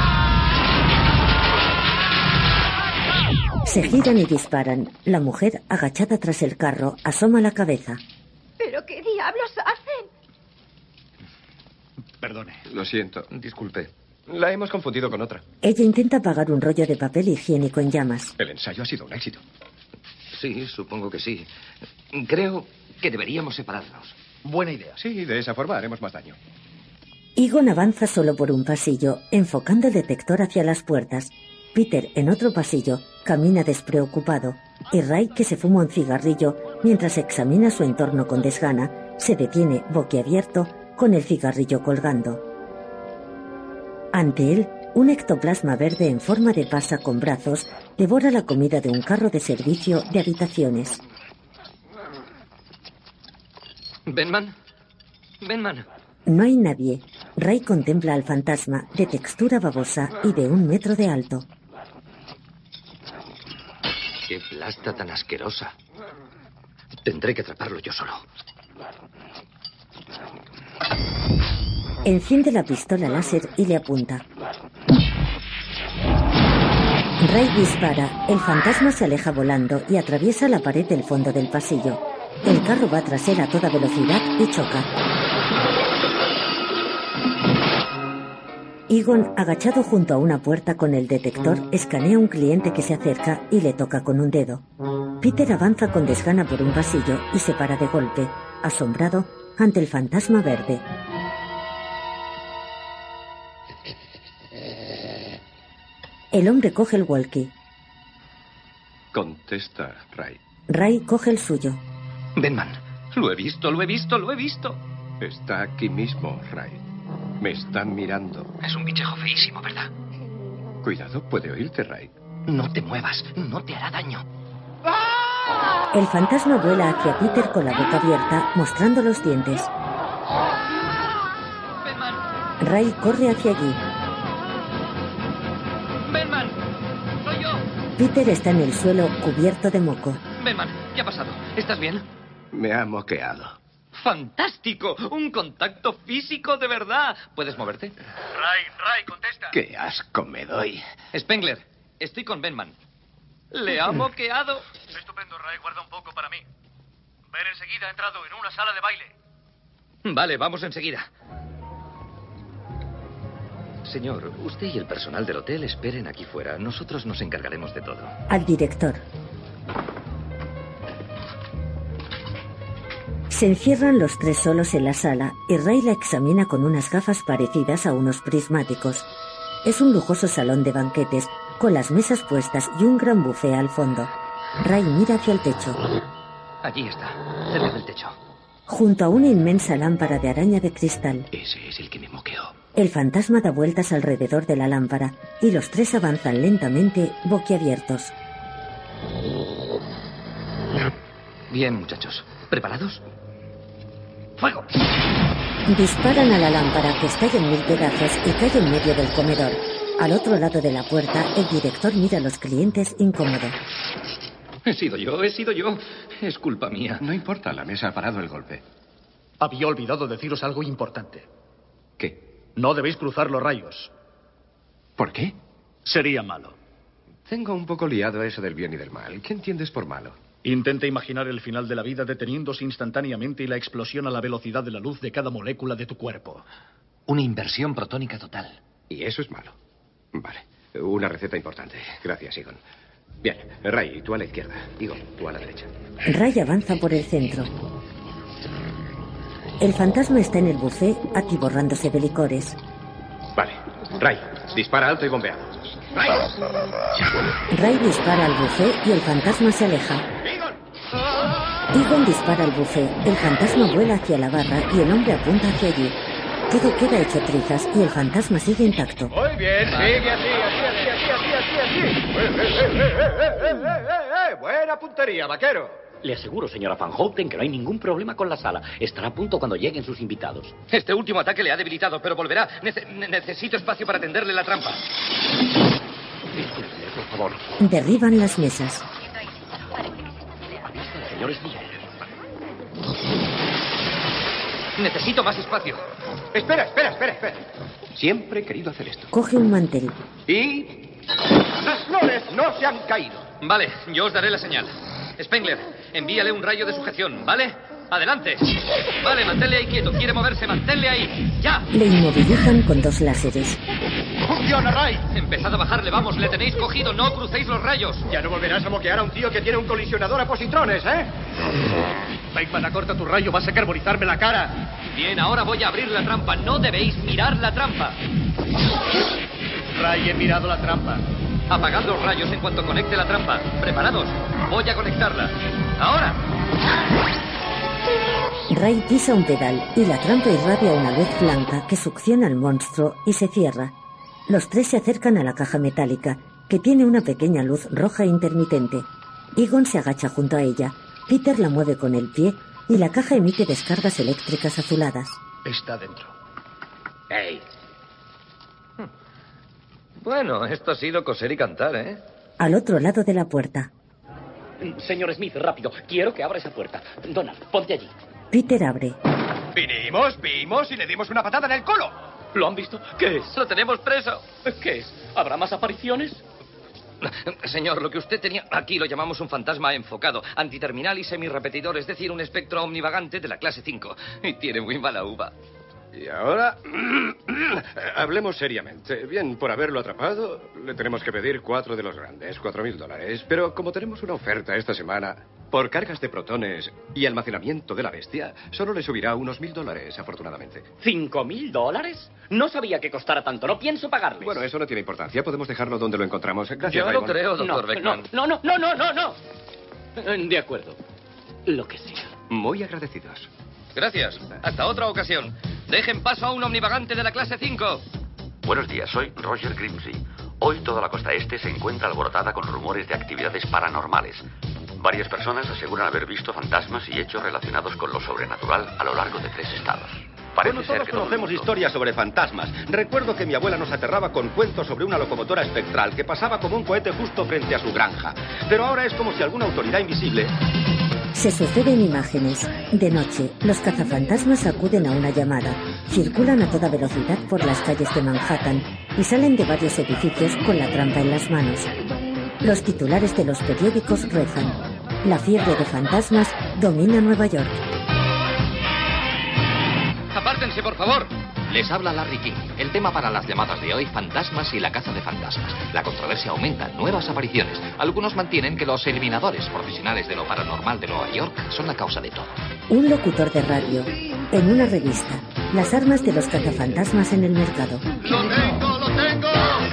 Se giran y disparan. La mujer, agachada tras el carro, asoma la cabeza. ¿Pero qué diablos hacen? Perdone. Lo siento. Disculpe. La hemos confundido con otra. Ella intenta apagar un rollo de papel higiénico en llamas. El ensayo ha sido un éxito. Sí, supongo que sí. Creo que deberíamos separarnos. Buena idea. Sí, de esa forma haremos más daño. Egon avanza solo por un pasillo, enfocando el detector hacia las puertas. Peter, en otro pasillo, camina despreocupado. Y Ray, que se fuma un cigarrillo mientras examina su entorno con desgana, se detiene, boquiabierto, con el cigarrillo colgando. Ante él, un ectoplasma verde en forma de pasa con brazos devora la comida de un carro de servicio de habitaciones. ¿Benman? ¿Benman? No hay nadie. Ray contempla al fantasma, de textura babosa y de un metro de alto. ¡Qué plasta tan asquerosa! Tendré que atraparlo yo solo. Enciende la pistola láser y le apunta. Ray dispara. El fantasma se aleja volando y atraviesa la pared del fondo del pasillo. El carro va tras él a toda velocidad y choca. Egon, agachado junto a una puerta con el detector, escanea un cliente que se acerca y le toca con un dedo. Peter avanza con desgana por un pasillo y se para de golpe, asombrado ante el fantasma verde. El hombre coge el walkie. Contesta, Ray. Ray coge el suyo. Benman, lo he visto, lo he visto, lo he visto. Está aquí mismo, Ray. Me están mirando. Es un bichejo feísimo, ¿verdad? Cuidado, puede oírte, Ray. No te muevas, no te hará daño. El fantasma vuela hacia Peter con la boca abierta, mostrando los dientes. Benman. Ray corre hacia allí. Benman, soy yo. Peter está en el suelo, cubierto de moco. Benman, ¿qué ha pasado? ¿Estás bien? Me ha moqueado. ¡Fantástico! ¡Un contacto físico de verdad! ¿Puedes moverte? Ray, Ray, contesta. ¡Qué asco me doy! Spengler, estoy con Benman. ¡Le ha moqueado! Estupendo, Ray. Guarda un poco para mí. Ver enseguida ha entrado en una sala de baile. Vale, vamos enseguida. Señor, usted y el personal del hotel esperen aquí fuera. Nosotros nos encargaremos de todo. Al director. Se encierran los tres solos en la sala y Ray la examina con unas gafas parecidas a unos prismáticos. Es un lujoso salón de banquetes con las mesas puestas y un gran buffet al fondo. Ray mira hacia el techo. Allí está, cerca del techo. Junto a una inmensa lámpara de araña de cristal. Ese es el que me moqueó. El fantasma da vueltas alrededor de la lámpara y los tres avanzan lentamente, boquiabiertos. Bien, muchachos. ¿Preparados? ¡Fuego! Disparan a la lámpara, que estalla en mil pedazos y cae en medio del comedor. Al otro lado de la puerta, el director mira a los clientes incómodo. He sido yo, he sido yo. Es culpa mía. No importa, la mesa ha parado el golpe. Había olvidado deciros algo importante. ¿Qué? No debéis cruzar los rayos. ¿Por qué? Sería malo. Tengo un poco liado eso del bien y del mal. ¿Qué entiendes por malo? Intenta imaginar el final de la vida deteniéndose instantáneamente y la explosión a la velocidad de la luz de cada molécula de tu cuerpo. Una inversión protónica total. Y eso es malo. Vale. Una receta importante. Gracias, Egon. Bien, Ray, tú a la izquierda. Egon, tú a la derecha. Ray avanza por el centro. El fantasma está en el buffet atiborrándose de licores. Vale. Ray, dispara alto y bombeado. ¡Ray! Ray dispara al buffet y el fantasma se aleja. Egon dispara al buffet. El fantasma vuela hacia la barra y el hombre apunta hacia allí. Todo queda hecho trizas y el fantasma sigue intacto. Muy bien, sigue así, así, así, así, así, así, así. ¡Eh, eh, eh, eh, eh, eh, eh! ¡Buena puntería, vaquero! Le aseguro, señora Van Houten, que no hay ningún problema con la sala. Estará a punto cuando lleguen sus invitados. Este último ataque le ha debilitado, pero volverá. Nece- necesito espacio para tenderle la trampa. Disculpe, por favor. Derriban las mesas. El señor es mío. Necesito más espacio. Espera, espera, espera, espera. Siempre he querido hacer esto. Coge un mantel. Y... ¡las flores no se han caído! Vale, yo os daré la señal. Spengler, envíale un rayo de sujeción, ¿vale? ¡Adelante! Vale, manténle ahí quieto. Quiere moverse, manténle ahí. ¡Ya! Le inmovilizan con dos láseres. ¡Funciona, Ray! Empezad a bajarle, vamos. Le tenéis cogido. No crucéis los rayos. Ya no volverás a moquear a un tío que tiene un colisionador a positrones, ¿eh? Beckman, acorta tu rayo. Vas a carbonizarme la cara. Bien, ahora voy a abrir la trampa. No debéis mirar la trampa. Ray, he mirado la trampa. Apagad los rayos en cuanto conecte la trampa. ¿Preparados? Voy a conectarla. ¡Ahora! Ray pisa un pedal y la trampa irradia una luz blanca que succiona al monstruo y se cierra. Los tres se acercan a la caja metálica, que tiene una pequeña luz roja intermitente. Egon se agacha junto a ella. Peter la mueve con el pie y la caja emite descargas eléctricas azuladas. Está dentro. ¡Ey! Bueno, esto ha sido coser y cantar, ¿eh? Al otro lado de la puerta. Señor Smith, rápido. Quiero que abra esa puerta. Donald, ponte allí. Peter abre. Vinimos, vimos y le dimos una patada en el culo. ¿Lo han visto? ¿Qué es? ¡Lo tenemos preso! ¿Qué es? ¿Habrá más apariciones? Señor, lo que usted tenía aquí lo llamamos un fantasma enfocado, antiterminal y semirrepetidor, es decir, un espectro omnivagante de la clase cinco. Y tiene muy mala uva. Y ahora... hablemos seriamente. Bien, por haberlo atrapado, le tenemos que pedir cuatro de los grandes, cuatro mil dólares. Pero como tenemos una oferta esta semana, por cargas de protones y almacenamiento de la bestia, solo le subirá unos mil dólares, afortunadamente. ¿Cinco mil dólares? No sabía que costara tanto. No pienso pagarles. Bueno, eso no tiene importancia. Podemos dejarlo donde lo encontramos. Gracias, Yo no Raymond. creo, doctor no, Beckman. No, no, no, no, no, no. De acuerdo. Lo que sea. Muy agradecidos. Gracias. Hasta otra ocasión. Dejen paso a un omnivagante de la clase cinco. Buenos días, soy Roger Grimsey. Hoy toda la costa este se encuentra alborotada con rumores de actividades paranormales. Varias personas aseguran haber visto fantasmas y hechos relacionados con lo sobrenatural a lo largo de tres estados. Parece Bueno, ser todos que todo el conocemos mundo- historias sobre fantasmas. Recuerdo que mi abuela nos aterraba con cuentos sobre una locomotora espectral que pasaba como un cohete justo frente a su granja. Pero ahora es como si alguna autoridad invisible... Se suceden imágenes. De noche, los cazafantasmas acuden a una llamada, circulan a toda velocidad por las calles de Manhattan y salen de varios edificios con la trampa en las manos. Los titulares de los periódicos rezan: la fiebre de fantasmas domina Nueva York. Apártense, por favor. Les habla Larry King. El tema para las llamadas de hoy, fantasmas y la caza de fantasmas. La controversia aumenta, nuevas apariciones. Algunos mantienen que los eliminadores profesionales de lo paranormal de Nueva York son la causa de todo. Un locutor de radio. En una revista. Las armas de los cazafantasmas en el mercado. ¡Lo tengo, lo tengo!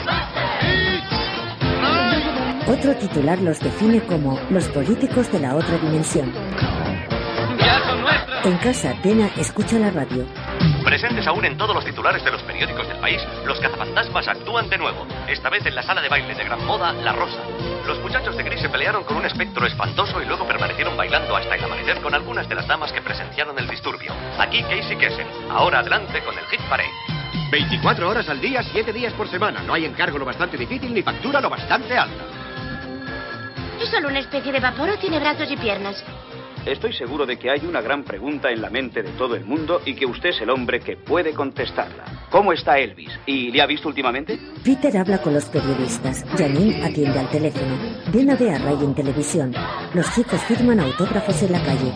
Otro titular los define como los políticos de la otra dimensión. ¡Ya son nuestros! En casa, Dena escucha la radio. Presentes aún en todos los titulares de los periódicos del país, los cazafantasmas actúan de nuevo. Esta vez en la sala de baile de gran moda, La Rosa. Los muchachos de gris se pelearon con un espectro espantoso y luego permanecieron bailando hasta el amanecer con algunas de las damas que presenciaron el disturbio. Aquí Casey Kasem. Ahora adelante con el Hit Parade. veinticuatro horas al día, siete días por semana. No hay encargo lo bastante difícil ni factura lo bastante alta. ¿Es solo una especie de vapor o tiene brazos y piernas? Estoy seguro de que hay una gran pregunta en la mente de todo el mundo y que usted es el hombre que puede contestarla. ¿Cómo está Elvis? ¿Y le ha visto últimamente? Peter habla con los periodistas. Janine atiende al teléfono. Dena ve a Ray en televisión. Los chicos firman autógrafos en la calle.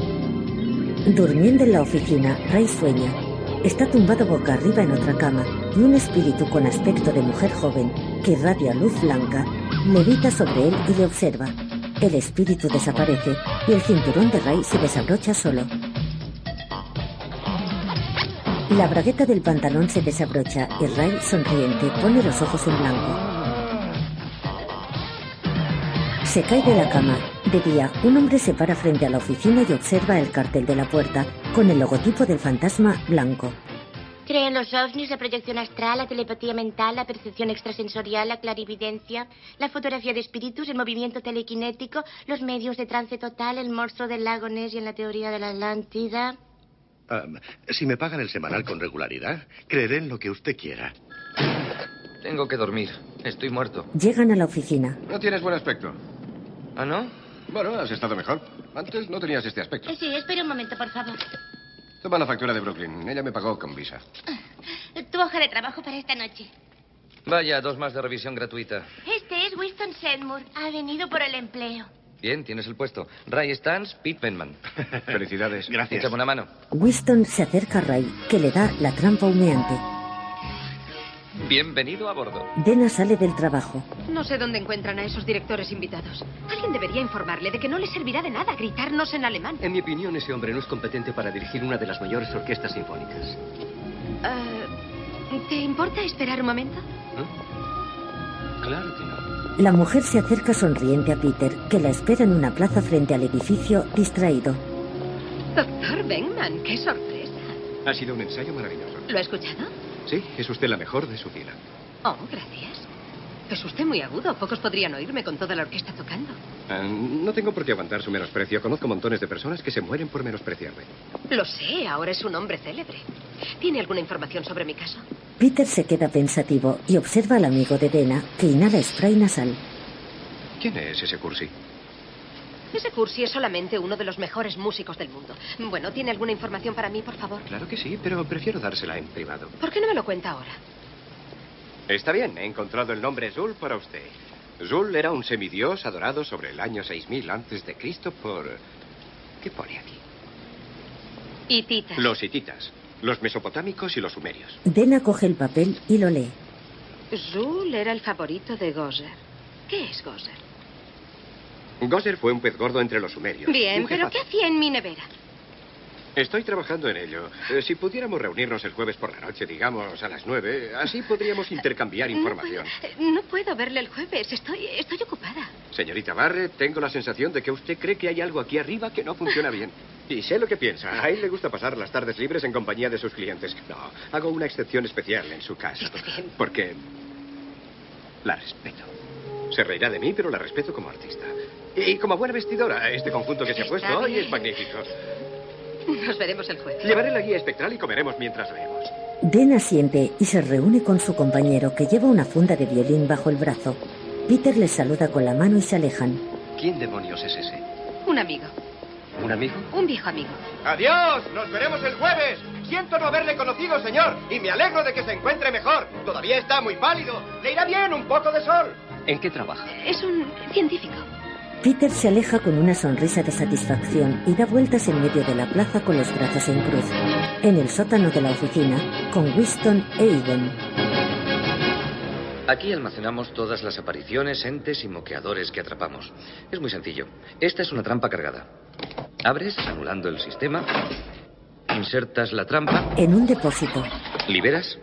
Durmiendo en la oficina, Ray sueña. Está tumbado boca arriba en otra cama. y un espíritu con aspecto de mujer joven, que irradia luz blanca, levita sobre él y le observa. El espíritu desaparece y el cinturón de Ray se desabrocha solo. La bragueta del pantalón se desabrocha y Ray, sonriente, pone los ojos en blanco. Se cae de la cama. De día, un hombre se para frente a la oficina y observa el cartel de la puerta con el logotipo del fantasma blanco. Creo en los ovnis, la proyección astral, la telepatía mental, la percepción extrasensorial, la clarividencia, la fotografía de espíritus, el movimiento telequinético, los medios de trance total, el monstruo del lago Ness y en la teoría de la Atlántida. Um, si me pagan el semanal con regularidad, creeré en lo que usted quiera. Tengo que dormir. Estoy muerto. Llegan a la oficina. No tienes buen aspecto. ¿Ah, no? Bueno, has estado mejor. Antes no tenías este aspecto. Sí, espera un momento, por favor. Toma la factura de Brooklyn. Ella me pagó con Visa. Tu hoja de trabajo para esta noche. Vaya, dos más de revisión gratuita. Este es Winston Sedmore. Ha venido por el empleo. Bien, tienes el puesto. Ray Stantz, Pete Penman. Felicidades. Gracias. Échame una mano. Winston se acerca a Ray, que le da la trampa humeante. Bienvenido a bordo. Dena sale del trabajo. No sé dónde encuentran a esos directores invitados. Alguien debería informarle de que no le servirá de nada gritarnos en alemán. En mi opinión, ese hombre no es competente para dirigir una de las mayores orquestas sinfónicas. Uh, ¿Te importa esperar un momento? ¿Eh? Claro que no. La mujer se acerca sonriente a Peter, que la espera en una plaza frente al edificio, distraído. Doctor Beckman, qué sorpresa. Ha sido un ensayo maravilloso. ¿Lo ha escuchado? Sí, es usted la mejor de su fila. Oh, gracias. Es usted muy agudo. Pocos podrían oírme con toda la orquesta tocando. Uh, no tengo por qué aguantar su menosprecio. Conozco montones de personas que se mueren por menospreciarme. Lo sé, ahora es un hombre célebre. ¿Tiene alguna información sobre mi caso? Peter se queda pensativo y observa al amigo de Dena, que inhala spray nasal. ¿Quién es ese cursi? Ese cursi es solamente uno de los mejores músicos del mundo. Bueno, ¿tiene alguna información para mí, por favor? Claro que sí, pero prefiero dársela en privado. ¿Por qué no me lo cuenta ahora? Está bien, he encontrado el nombre Zul para usted. Zul era un semidios adorado sobre el año seis mil antes de Cristo por... ¿Qué pone aquí? Hititas. Los hititas, los mesopotámicos y los sumerios. Dena coge el papel y lo lee. Zul era el favorito de Gozer. ¿Qué es Gozer? Gozer fue un pez gordo entre los sumerios. Bien, Un pero jefazo. ¿qué hacía en mi nevera? Estoy trabajando en ello. Eh, si pudiéramos reunirnos el jueves por la noche, digamos a las nueve, así podríamos intercambiar información. No puedo, no puedo verle el jueves. Estoy, estoy ocupada. Señorita Barrett, tengo la sensación de que usted cree que hay algo aquí arriba que no funciona bien. Y sé lo que piensa. A él le gusta pasar las tardes libres en compañía de sus clientes. No, hago una excepción especial en su caso. Porque la respeto. Se reirá de mí, pero la respeto como artista. Y como buena vestidora, este conjunto que se ha puesto hoy es magnífico. Nos veremos el jueves. Llevaré la guía espectral y comeremos mientras leemos. Dena asiente y se reúne con su compañero, que lleva una funda de violín bajo el brazo. Peter les saluda con la mano y se alejan. ¿Quién demonios es ese? Un amigo. ¿Un amigo? Un viejo amigo. ¡Adiós! ¡Nos veremos el jueves! Siento no haberle conocido, señor, y me alegro de que se encuentre mejor. Todavía está muy pálido. Le irá bien un poco de sol. ¿En qué trabaja? Es un científico. Peter se aleja con una sonrisa de satisfacción y da vueltas en medio de la plaza con los brazos en cruz. En el sótano de la oficina, con Winston e Egon. Aquí almacenamos todas las apariciones, entes y moqueadores que atrapamos. Es muy sencillo. Esta es una trampa cargada. Abres, anulando el sistema. Insertas la trampa. En un depósito. Liberas.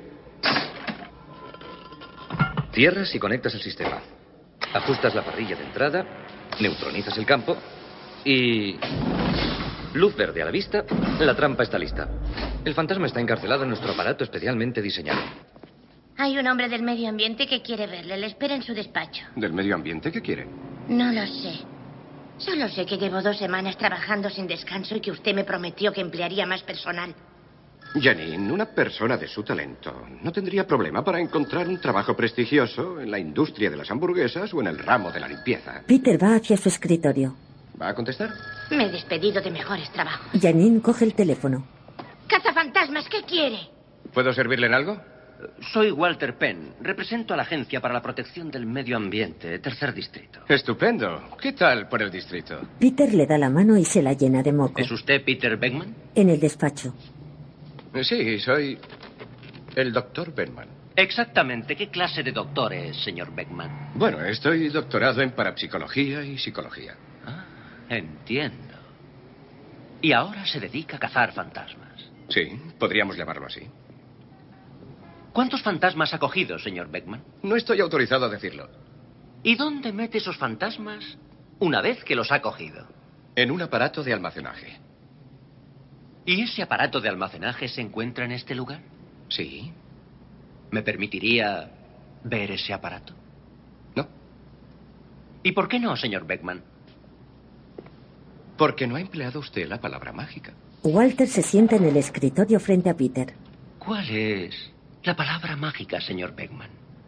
Cierras y conectas el sistema. Ajustas la parrilla de entrada. Neutronizas el campo. Y... luz verde a la vista. La trampa está lista. El fantasma está encarcelado en nuestro aparato especialmente diseñado. Hay un hombre del medio ambiente que quiere verle. Le espera en su despacho. ¿Del medio ambiente qué quiere? No lo sé. Solo sé que llevo dos semanas trabajando sin descanso y que usted me prometió que emplearía más personal. Janine, una persona de su talento no tendría problema para encontrar un trabajo prestigioso en la industria de las hamburguesas o en el ramo de la limpieza. Peter va hacia su escritorio. ¿Va a contestar? Me he despedido de mejores trabajos. Janine coge el teléfono. ¡Cazafantasmas! ¿Qué quiere? ¿Puedo servirle en algo? Soy Walter Penn. Represento a la Agencia para la Protección del Medio Ambiente, tercer distrito. Estupendo. ¿Qué tal por el distrito? Peter le da la mano y se la llena de moco. ¿Es usted Peter Beckman? En el despacho. Sí, soy el doctor Beckman. Exactamente, ¿qué clase de doctor es, señor Beckman? Bueno, estoy doctorado en parapsicología y psicología. Ah, entiendo. Y ahora se dedica a cazar fantasmas. Sí, podríamos llamarlo así. ¿Cuántos fantasmas ha cogido, señor Beckman? No estoy autorizado a decirlo. ¿Y dónde mete esos fantasmas una vez que los ha cogido? En un aparato de almacenaje. ¿Y ese aparato de almacenaje se encuentra en este lugar? Sí. ¿Me permitiría ver ese aparato? No. ¿Y por qué no, señor Beckman? Porque no ha empleado usted la palabra mágica. Walter se sienta en el escritorio frente a Peter. ¿Cuál es la palabra mágica, señor Beckman?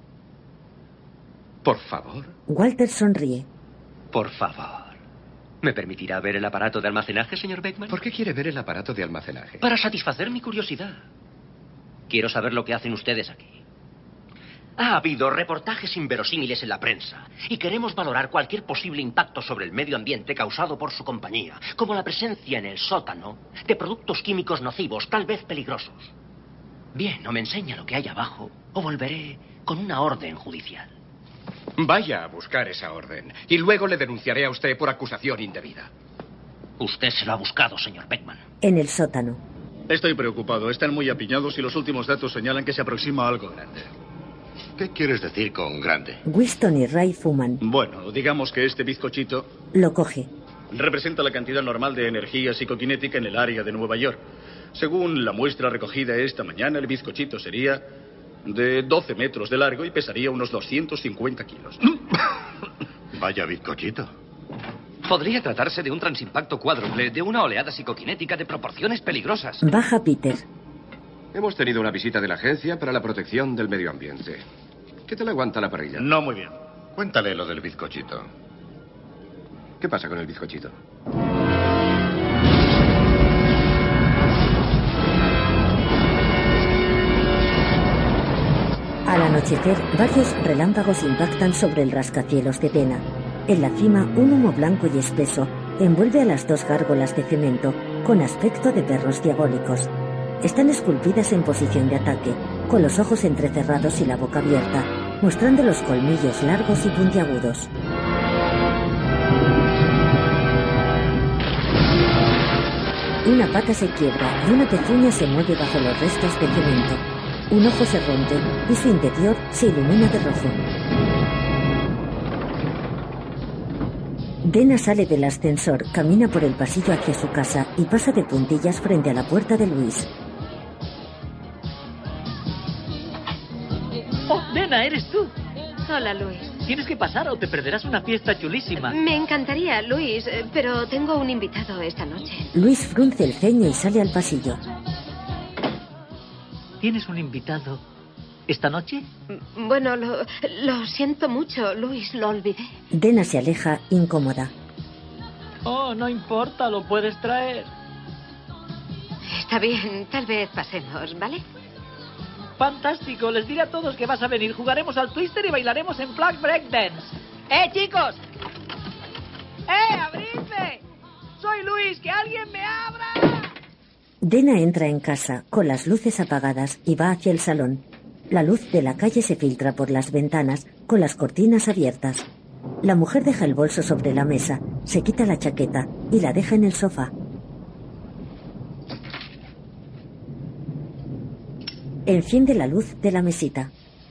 Por favor. Walter sonríe. Por favor. ¿Me permitirá ver el aparato de almacenaje, señor Beckman? ¿Por qué quiere ver el aparato de almacenaje? Para satisfacer mi curiosidad. Quiero saber lo que hacen ustedes aquí. Ha habido reportajes inverosímiles en la prensa y queremos valorar cualquier posible impacto sobre el medio ambiente causado por su compañía, como la presencia en el sótano de productos químicos nocivos, tal vez peligrosos. Bien, o me enseña lo que hay abajo, o volveré con una orden judicial. Vaya a buscar esa orden y luego le denunciaré a usted por acusación indebida. Usted se lo ha buscado, señor Beckman. En el sótano. Estoy preocupado. Están muy apiñados y los últimos datos señalan que se aproxima algo grande. ¿Qué quieres decir con grande? Winston y Ray fuman. Bueno, digamos que este bizcochito Lo coge. representa la cantidad normal de energía psicoquinética en el área de Nueva York. Según la muestra recogida esta mañana, el bizcochito sería de doce metros de largo y pesaría unos doscientos cincuenta kilos. Vaya bizcochito. Podría tratarse de un transimpacto cuádruple, de una oleada psicoquinética de proporciones peligrosas. Baja Peter. Hemos tenido una visita de la Agencia para la Protección del Medio Ambiente. ¿Qué tal aguanta la parrilla? No muy bien. Cuéntale lo del bizcochito. ¿Qué pasa con el bizcochito? Al anochecer, varios relámpagos impactan sobre el rascacielos de Dena. En la cima, un humo blanco y espeso envuelve a las dos gárgolas de cemento con aspecto de perros diabólicos. Están esculpidas en posición de ataque, con los ojos entrecerrados y la boca abierta, mostrando los colmillos largos y puntiagudos. Una pata se quiebra y una pezuña se mueve bajo los restos de cemento. Un ojo se rompe y su interior se ilumina de rojo. Dena sale del ascensor, camina por el pasillo hacia su casa y pasa de puntillas frente a la puerta de Luis. ¡Oh, Dena, eres tú! Hola, Luis. Tienes que pasar o te perderás una fiesta chulísima. Me encantaría, Luis, pero tengo un invitado esta noche. Luis frunce el ceño y sale al pasillo. ¿Tienes un invitado esta noche? Bueno, lo, lo siento mucho, Luis, lo olvidé. Dena se aleja, incómoda. Oh, no importa, lo puedes traer. Está bien, tal vez pasemos, ¿vale? Fantástico, les diré a todos que vas a venir. Jugaremos al Twister y bailaremos en Flag Breakdance. ¡Eh, chicos! ¡Eh, abridme! ¡Soy Luis! ¡Que alguien me abra! Dena entra en casa, con las luces apagadas, y va hacia el salón. La luz de la calle se filtra por las ventanas, con las cortinas abiertas. La mujer deja el bolso sobre la mesa, se quita la chaqueta y la deja en el sofá. Enciende la luz de la mesita.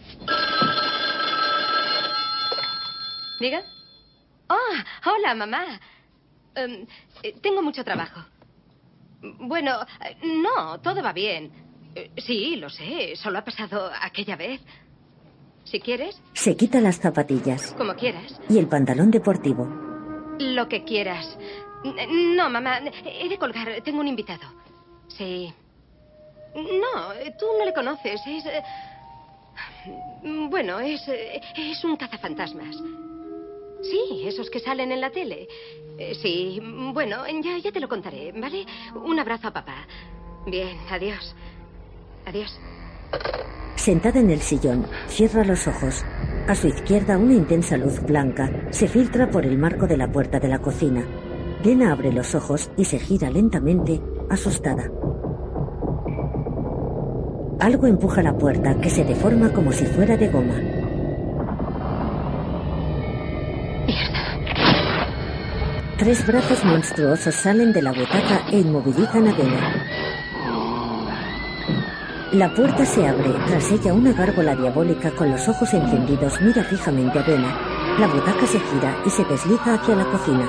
¿Diga? Oh, hola, mamá. Um, eh, tengo mucho trabajo. Bueno, eh, no, todo va bien. Eh, sí, lo sé, solo ha pasado aquella vez. Si quieres, Se quita las zapatillas como quieras. y el pantalón deportivo. Lo que quieras. N- No, mamá, he de colgar, tengo un invitado. Sí. No, tú no le conoces, es... eh, Bueno, es... eh, es un cazafantasmas. Sí, esos que salen en la tele. Eh, Sí, bueno, ya, ya te lo contaré, ¿vale? Un abrazo a papá. Bien, adiós. Adiós. Sentada en el sillón, cierra los ojos. A su izquierda, una intensa luz blanca se filtra por el marco de la puerta de la cocina. Dena abre los ojos y se gira lentamente, asustada. Algo empuja la puerta, que se deforma como si fuera de goma. Tres brazos monstruosos salen de la butaca e inmovilizan a Dena. La puerta se abre. Tras ella, una gárgola diabólica con los ojos encendidos mira fijamente a Dena. La butaca se gira y se desliza hacia la cocina.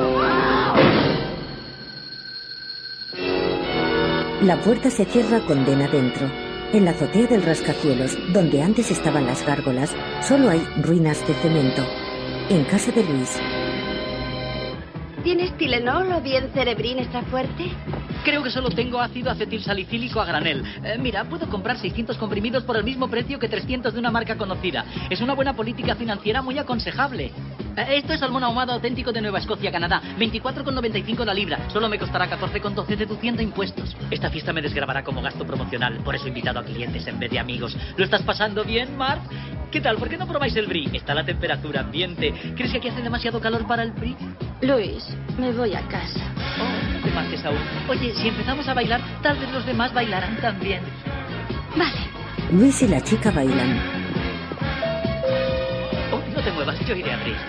La puerta se cierra con Dena dentro. En la azotea del rascacielos, donde antes estaban las gárgolas, solo hay ruinas de cemento. En casa de Luis. ¿Tienes Tylenol o bien Cerebrin extra fuerte? Creo que solo tengo ácido acetilsalicílico a granel. Eh, mira, puedo comprar seiscientos comprimidos por el mismo precio que trescientos de una marca conocida. Es una buena política financiera muy aconsejable. Eh, esto es salmón ahumado auténtico de Nueva Escocia, Canadá. veinticuatro con noventa y cinco la libra. Solo me costará catorce con doce deduciendo impuestos. Esta fiesta me desgravará como gasto promocional. Por eso he invitado a clientes en vez de amigos. ¿Lo estás pasando bien, Mark? ¿Qué tal? ¿Por qué no probáis el brie? Está la temperatura ambiente. ¿Crees que aquí hace demasiado calor para el brie? Luis, me voy a casa. Oh, no te marches aún. Oye, si empezamos a bailar, tal vez los demás bailarán también. Vale. Luis y la chica bailan. Oh, no te muevas, yo iré a abrir.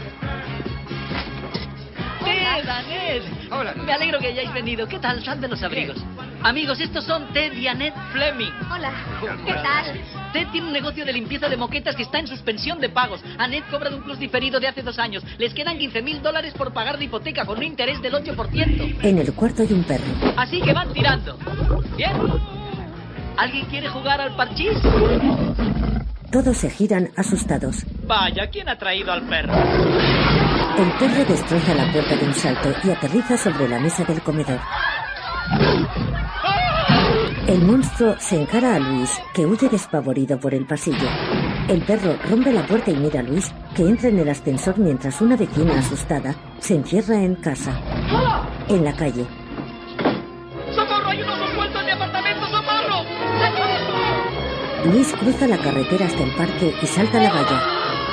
¡Ned, Ned! Hola. Me alegro que hayáis venido. ¿Qué tal? Sal de los abrigos. Amigos, estos son Ted y Annette Fleming. Hola. ¿Qué tal? Ted tiene un negocio de limpieza de moquetas que está en suspensión de pagos. Annette cobra de un plus diferido de hace dos años. Les quedan quince mil dólares por pagar de hipoteca con un interés del ocho por ciento. En el cuarto hay un perro. Así que van tirando. ¿Bien? ¿Alguien quiere jugar al parchís? Todos se giran asustados. Vaya, ¿quién ha traído al perro? El perro destroza la puerta de un salto y aterriza sobre la mesa del comedor. El monstruo se encara a Luis, que huye despavorido por el pasillo. El perro rompe la puerta y mira a Luis, que entra en el ascensor mientras una vecina asustada se encierra en casa. En la calle. ¡Socorro! ¡Hay un oso suelto en mi apartamento! ¡Socorro! Luis cruza la carretera hasta el parque y salta a la valla.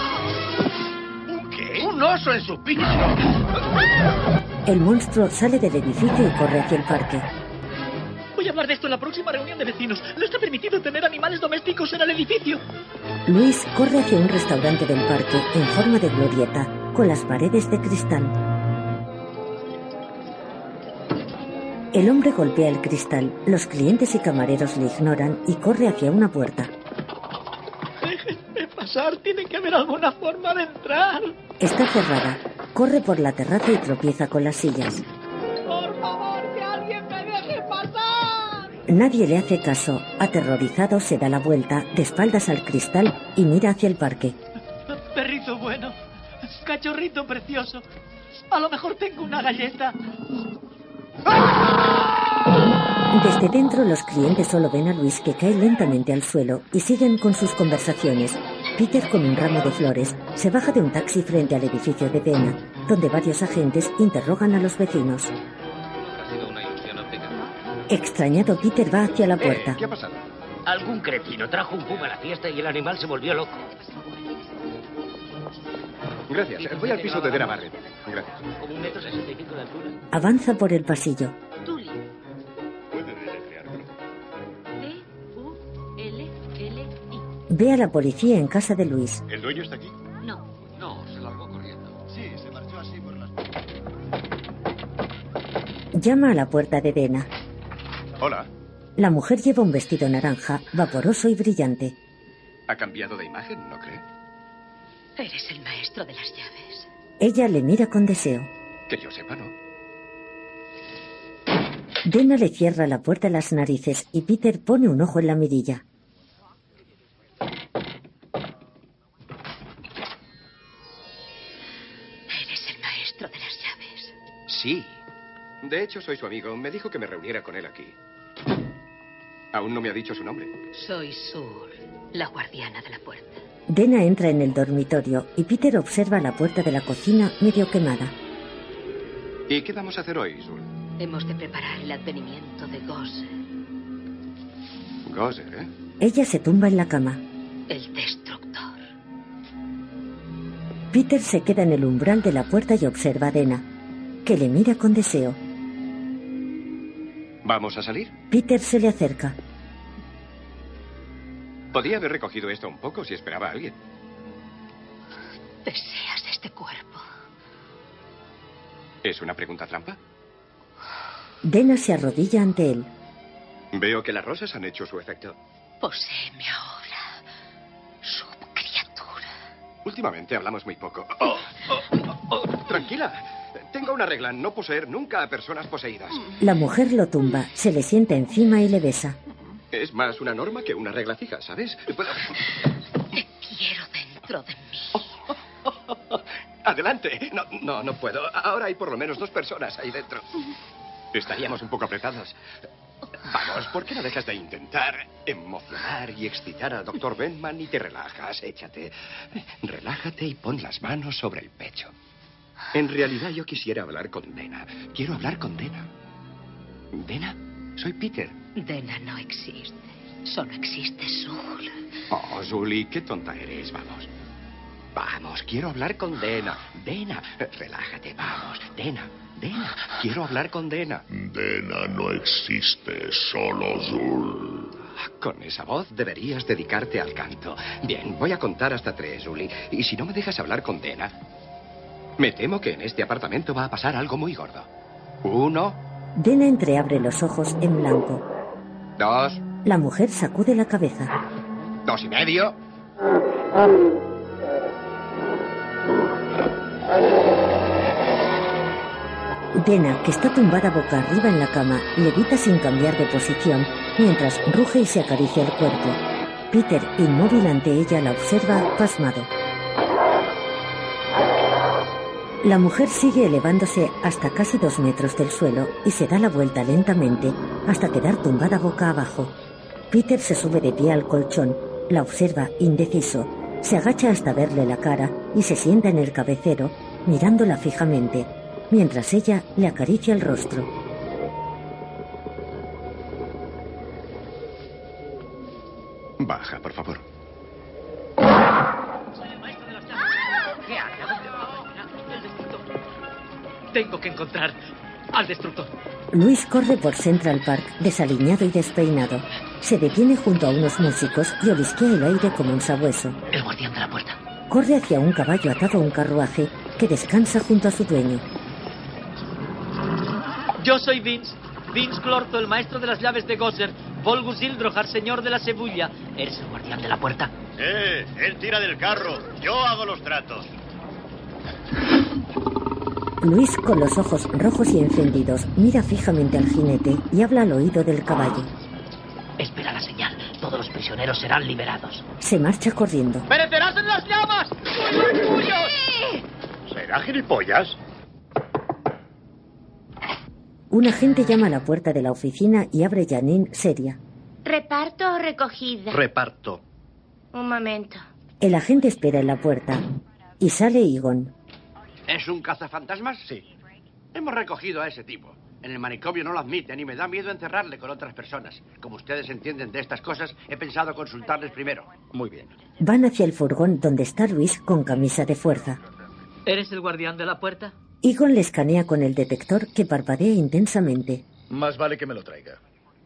¿Qué? ¡Un oso en su piso! El monstruo sale del edificio y corre hacia el parque. Voy a hablar de esto en la próxima reunión de vecinos. No está permitido tener animales domésticos en el edificio. Luis corre hacia un restaurante del parque en forma de glorieta, con las paredes de cristal. El hombre golpea el cristal, los clientes y camareros le ignoran y corre hacia una puerta. Déjenme pasar, tiene que haber alguna forma de entrar. Está cerrada. Corre por la terraza y tropieza con las sillas. Por favor, que alguien me deje pasar. Nadie le hace caso. Aterrorizado, se da la vuelta, de espaldas al cristal y mira hacia el parque. Perrito bueno, cachorrito precioso. A lo mejor tengo una galleta. Desde dentro los clientes solo ven a Luis, que cae lentamente al suelo, y siguen con sus conversaciones. Peter, con un ramo de flores, se baja de un taxi frente al edificio de Dena, donde varios agentes interrogan a los vecinos. ¿Ha sido una ilusión óptica? Extrañado, Peter va hacia la puerta. Eh, ¿Qué ha pasado? Algún cretino trajo un puma a la fiesta y el animal se volvió loco. Gracias. Voy al piso de Dena Barrett. Gracias. Como un metro sesenta y cinco de altura. Avanza por el pasillo. Tully. ¿Puede deletreármelo? T U L L I. Ve a la policía en casa de Luis. ¿El dueño está aquí? No. No, se largó corriendo. Sí, se marchó así por las... Llama a la puerta de Dena. Hola. La mujer lleva un vestido naranja, vaporoso y brillante. ¿Ha cambiado de imagen, no cree? Eres el maestro de las llaves. Ella le mira con deseo. Que yo sepa, no. Dena le cierra la puerta en las narices y Peter pone un ojo en la mirilla. Eres el maestro de las llaves. Sí. De hecho, soy su amigo. Me dijo que me reuniera con él aquí. Aún no me ha dicho su nombre. Soy Sur, la guardiana de la puerta. Dena entra en el dormitorio y Peter observa la puerta de la cocina medio quemada. ¿Y qué vamos a hacer hoy, Sul? Hemos de preparar el advenimiento de Gozer, Gozer, ¿eh? Ella se tumba en la cama. el destructor. Peter se queda en el umbral de la puerta y observa a Dena, que le mira con deseo. ¿Vamos a salir? Peter se le acerca. Podía haber recogido esto un poco si esperaba a alguien. ¿Deseas este cuerpo? ¿Es una pregunta trampa? Dena se arrodilla ante él. Veo que las rosas han hecho su efecto. Poséeme ahora, subcriatura. Últimamente hablamos muy poco. Oh, oh, oh, oh, tranquila. Tengo una regla, no poseer nunca a personas poseídas. La mujer lo tumba, se le sienta encima y le besa. Es más una norma que una regla fija, ¿sabes? ¿Puedo... Te quiero dentro de mí. Adelante. No, no, no puedo. Ahora hay por lo menos dos personas ahí dentro. Estaríamos un poco apretados. Vamos, ¿por qué no dejas de intentar emocionar y excitar al doctor Beckman y te relajas? Échate. Relájate y pon las manos sobre el pecho. En realidad yo quisiera hablar con Dena. Quiero hablar con Dena. ¿Dena? Soy Peter. Dena no existe. Solo existe Zul. Oh, Zully, qué tonta eres. Vamos. Vamos, quiero hablar con Dena. Dena, relájate, vamos. Dena, Dena, quiero hablar con Dena. Dena no existe, solo Zul. Con esa voz deberías dedicarte al canto. Bien, voy a contar hasta tres, Zully. Y si no me dejas hablar con Dena, me temo que en este apartamento va a pasar algo muy gordo. Uno. Dena entreabre los ojos en blanco. Dos. La mujer sacude la cabeza. Dos y medio. Dena, que está tumbada boca arriba en la cama, levita sin cambiar de posición, mientras ruge y se acaricia el cuerpo. Peter, inmóvil ante ella, la observa pasmado. La mujer sigue elevándose hasta casi dos metros del suelo y se da la vuelta lentamente hasta quedar tumbada boca abajo. Peter se sube de pie al colchón, la observa indeciso, se agacha hasta verle la cara y se sienta en el cabecero, mirándola fijamente, mientras ella le acaricia el rostro. Baja, por favor. ¿Qué hace? ¿A dónde va? El destructor. Tengo que encontrar al destructor. Luis corre por Central Park, desaliñado y despeinado. Se detiene junto a unos músicos y olisquea el aire como un sabueso. El guardián de la puerta. Corre hacia un caballo atado a un carruaje que descansa junto a su dueño. Yo soy Vince. Vince Clorto, el maestro de las llaves de Gosser. Volgus Ildrohar, señor de la Cebulla. ¿Eres el guardián de la puerta? Eh, él tira del carro. Yo hago los tratos. Luis, con los ojos rojos y encendidos, mira fijamente al jinete y habla al oído del caballo. Espera la señal. Todos los prisioneros serán liberados. Se marcha corriendo. ¡Perecerás en las llamas! ¡Soy tuyos! ¿Será gilipollas? Un agente llama a la puerta de la oficina y abre Janine seria. ¿Reparto o recogida? Reparto. Un momento. El agente espera en la puerta y sale Egon. ¿Es un cazafantasmas? Sí. Hemos recogido a ese tipo. En el manicomio no lo admiten y me da miedo encerrarle con otras personas. Como ustedes entienden de estas cosas, he pensado consultarles primero. Muy bien. Van hacia el furgón donde está Luis con camisa de fuerza. ¿Eres el guardián de la puerta? Egon le escanea con el detector que parpadea intensamente. Más vale que me lo traiga.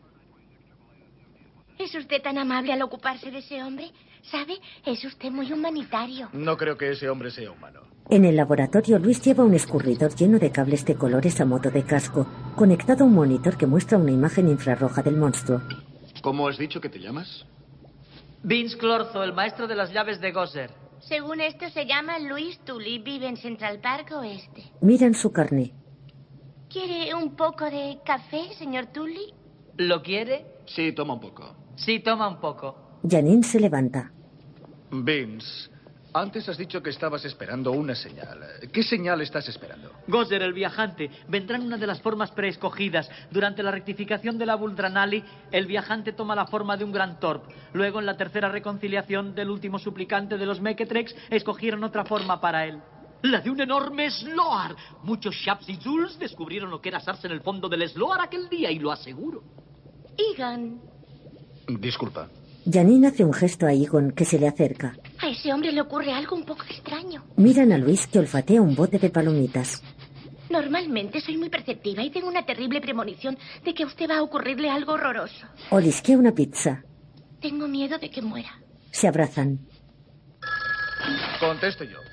¿Es usted tan amable al ocuparse de ese hombre? ¿Sabe? Es usted muy humanitario. No creo que ese hombre sea humano. En el laboratorio, Luis lleva un escurridor lleno de cables de colores a modo de casco, conectado a un monitor que muestra una imagen infrarroja del monstruo. ¿Cómo has dicho que te llamas? Vince Clorzo, el maestro de las llaves de Gosser. Según esto se llama Luis Tully, vive en Central Park Oeste. Miran su carné. ¿Quiere un poco de café, señor Tully? ¿Lo quiere? Sí, toma un poco. Sí, toma un poco. Janine se levanta. Vince, antes has dicho que estabas esperando una señal. ¿Qué señal estás esperando? Gosser, el viajante, vendrá en una de las formas preescogidas. Durante la rectificación de la Buldranali, el viajante toma la forma de un gran Torp. Luego, en la tercera reconciliación del último suplicante de los Mequetrex, escogieron otra forma para él. La de un enorme Sloar. Muchos Shaps y Zuls descubrieron lo que era asarse en el fondo del Sloar aquel día, y lo aseguro. Egon. Disculpa. Janine hace un gesto a Egon, que se le acerca. A ese hombre le ocurre algo un poco extraño. Miran a Luis, que olfatea un bote de palomitas. Normalmente soy muy perceptiva y tengo una terrible premonición de que a usted va a ocurrirle algo horroroso. Olisquea una pizza. Tengo miedo de que muera. Se abrazan. Contesto yo.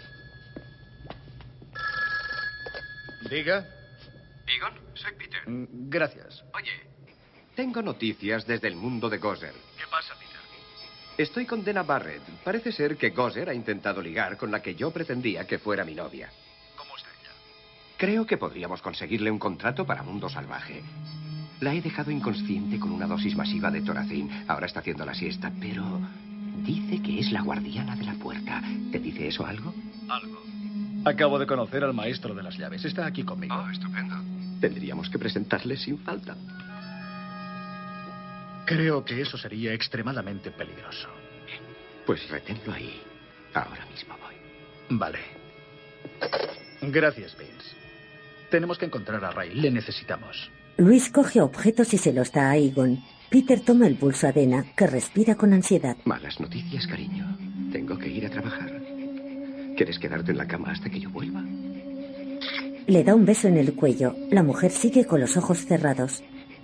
Diga. Egon, soy Peter. Mm, Gracias. Oye, tengo noticias desde el mundo de Gozer. ¿Qué pasa, Peter? Estoy con Dana Barrett. Parece ser que Gozer ha intentado ligar con la que yo pretendía que fuera mi novia. ¿Cómo está ella? Creo que podríamos conseguirle un contrato para Mundo Salvaje. La he dejado inconsciente con una dosis masiva de Toracin. Ahora está haciendo la siesta, pero dice que es la guardiana de la puerta. ¿Te dice eso algo? Algo. Acabo de conocer al maestro de las llaves. Está aquí conmigo. Oh, estupendo. Tendríamos que presentarle sin falta. Creo que eso sería extremadamente peligroso. Pues reténlo ahí. Ahora mismo voy. Vale. Gracias, Vince. Tenemos que encontrar a Ray. Le necesitamos. Luis coge objetos y se los da a Egon. Peter toma el pulso a Dana, que respira con ansiedad. Malas noticias, cariño. Tengo que ir a trabajar. ¿Quieres quedarte en la cama hasta que yo vuelva? Le da un beso en el cuello. La mujer sigue con los ojos cerrados.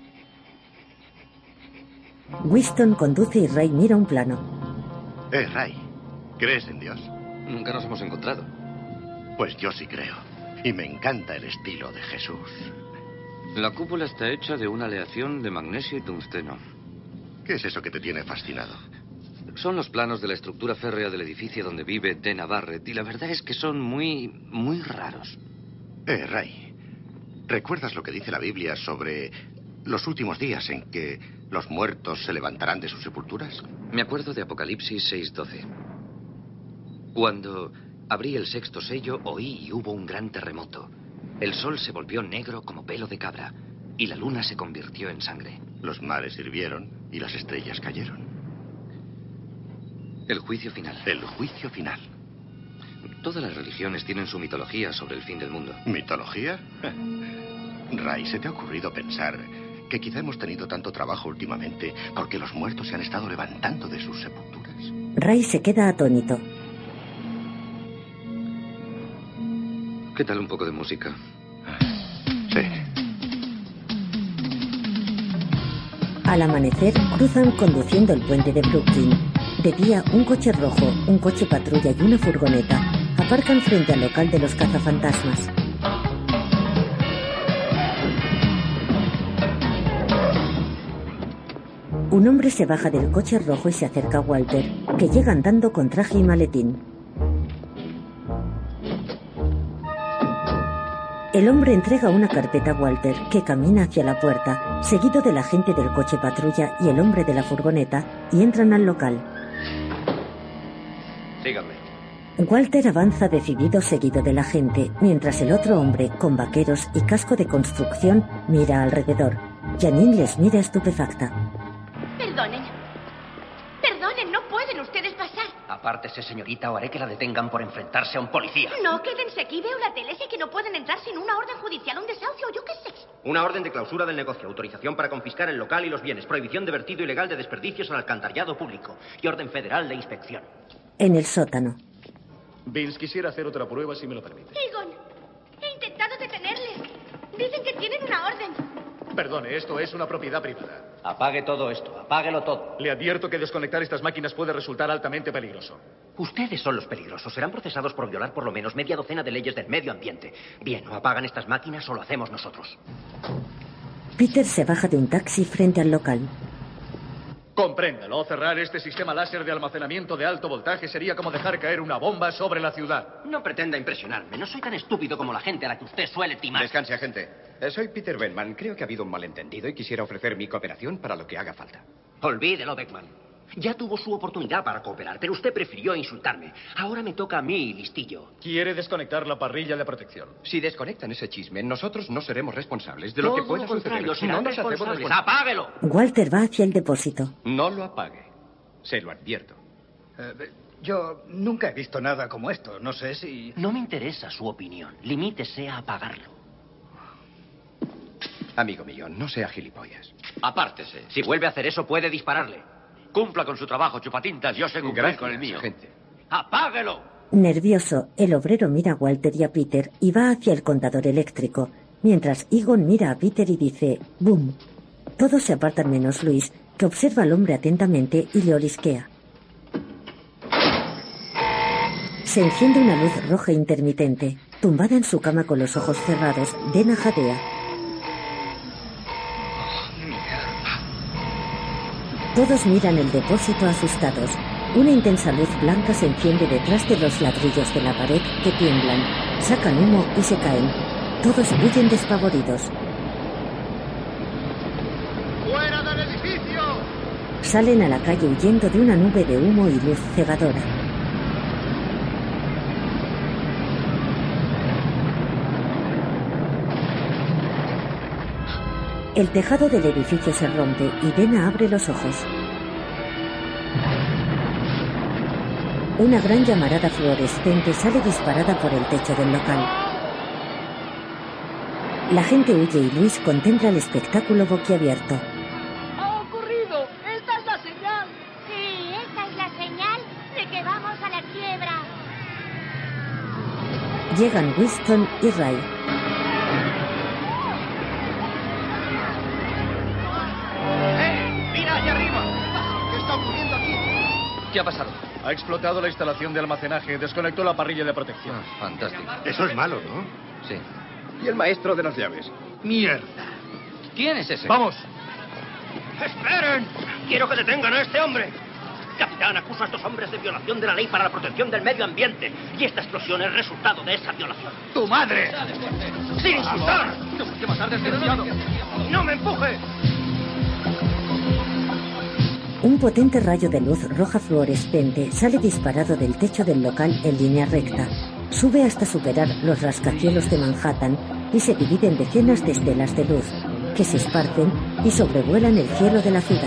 Winston conduce y Ray mira un plano. Eh, Ray, ¿crees en Dios? Nunca nos hemos encontrado. Pues yo sí creo. Y me encanta el estilo de Jesús. La cúpula está hecha de una aleación de magnesio y tungsteno. ¿Qué es eso que te tiene fascinado? Son los planos de la estructura férrea del edificio donde vive Dana Barrett, y la verdad es que son muy, muy raros. Eh, Ray, ¿recuerdas lo que dice la Biblia sobre los últimos días en que los muertos se levantarán de sus sepulturas? Me acuerdo de Apocalipsis seis doce. Cuando abrí el sexto sello, oí y hubo un gran terremoto. El sol se volvió negro como pelo de cabra, y la luna se convirtió en sangre. Los mares hirvieron y las estrellas cayeron. El juicio final. El juicio final. Todas las religiones tienen su mitología sobre el fin del mundo. ¿Mitología? Ray, ¿se te ha ocurrido pensar que quizá hemos tenido tanto trabajo últimamente porque los muertos se han estado levantando de sus sepulturas? Ray se queda atónito. ¿Qué tal un poco de música? Sí. Al amanecer, cruzan conduciendo el puente de Brooklyn. De día, un coche rojo, un coche patrulla y una furgoneta aparcan frente al local de los cazafantasmas. Un hombre se baja del coche rojo y se acerca a Walter, que llega andando con traje y maletín. El hombre entrega una carpeta a Walter, que camina hacia la puerta, seguido del agente del coche patrulla y el hombre de la furgoneta, y entran al local. Síganme. Walter avanza decidido seguido del agente, mientras el otro hombre, con vaqueros y casco de construcción, mira alrededor. Janine les mira estupefacta. Perdonen. Perdonen, no pueden ustedes pasar. Apártese, señorita, o haré que la detengan por enfrentarse a un policía. No, quédense aquí. Veo la tele, sé que no pueden entrar sin una orden judicial, un desahucio, yo qué sé. Una orden de clausura del negocio, autorización para confiscar el local y los bienes, prohibición de vertido ilegal de desperdicios al alcantarillado público y orden federal de inspección. En el sótano. Vince, quisiera hacer otra prueba si me lo permite. Egon, he intentado detenerles. Dicen que tienen una orden. Perdone, esto es una propiedad privada. Apague todo esto, apáguelo todo. Le advierto que desconectar estas máquinas puede resultar altamente peligroso. Ustedes son los peligrosos. Serán procesados por violar por lo menos media docena de leyes del medio ambiente. Bien, o apagan estas máquinas o lo hacemos nosotros. Peter se baja de un taxi frente al local. Compréndalo, cerrar este sistema láser de almacenamiento de alto voltaje sería como dejar caer una bomba sobre la ciudad. No pretenda impresionarme. No soy tan estúpido como la gente a la que usted suele timar. Descanse, agente. Eh, soy Peter Beckman. Creo que ha habido un malentendido y quisiera ofrecer mi cooperación para lo que haga falta. Olvídelo, Beckman. Ya tuvo su oportunidad para cooperar, pero usted prefirió insultarme. Ahora me toca a mí, listillo. Quiere desconectar la parrilla de protección. Si desconectan ese chisme, nosotros no seremos responsables de lo Todo que pueda lo contrario, suceder. serán No nos hacemos responsables. responsables. ¡Apáguelo! Walter va hacia el depósito. No lo apague. Se lo advierto. Eh, yo nunca he visto nada como esto. No sé si... No me interesa su opinión. Limítese a apagarlo. Amigo mío, no sea gilipollas. Apártese. Si vuelve a hacer eso, puede dispararle. Cumpla con su trabajo, chupatintas. Yo sé cumplir Gracias, con el mío. gente. ¡Apáguelo! Nervioso, el obrero mira a Walter y a Peter y va hacia el contador eléctrico, mientras Egon mira a Peter y dice «boom». Todos se apartan menos Luis, que observa al hombre atentamente y le olisquea. Se enciende una luz roja intermitente. Tumbada en su cama con los ojos cerrados, Dena jadea. Todos miran el depósito asustados. Una intensa luz blanca se enciende detrás de los ladrillos de la pared que tiemblan, sacan humo y se caen. Todos huyen despavoridos. ¡Fuera del edificio! Salen a la calle huyendo de una nube de humo y luz cegadora. El tejado del edificio se rompe y Dena abre los ojos. Una gran llamarada fluorescente sale disparada por el techo del local. La gente huye y Luis contempla el espectáculo boquiabierto. ¡Ha ocurrido! ¡Esta es la señal! Sí, esta es la señal de que vamos a la quiebra. Llegan Winston y Ray. ¡Mira allá arriba! ¿Qué está ocurriendo aquí? ¿Qué ha pasado? Ha explotado la instalación de almacenaje, desconectó la parrilla de protección. Ah, fantástico. Eso es malo, ¿no? Sí. ¿Y el maestro de las llaves? ¡Mierda! ¿Quién es ese? ¡Vamos! ¡Esperen! Quiero que detengan a este hombre. Capitán acusa a estos hombres de violación de la ley para la protección del medio ambiente. Y esta explosión es resultado de esa violación. ¡Tu madre! ¡Sin insultar! ¡No que matar desgraciado! ¡No me empuje! Un potente rayo de luz roja fluorescente sale disparado del techo del local en línea recta. Sube hasta superar los rascacielos de Manhattan y se divide en decenas de estelas de luz, que se esparcen y sobrevuelan el cielo de la ciudad.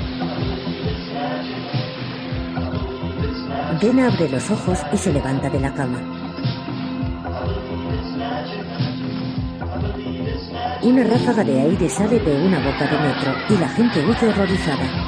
Dena abre los ojos y se levanta de la cama. Una ráfaga de aire sale de una boca de metro y la gente huye horrorizada.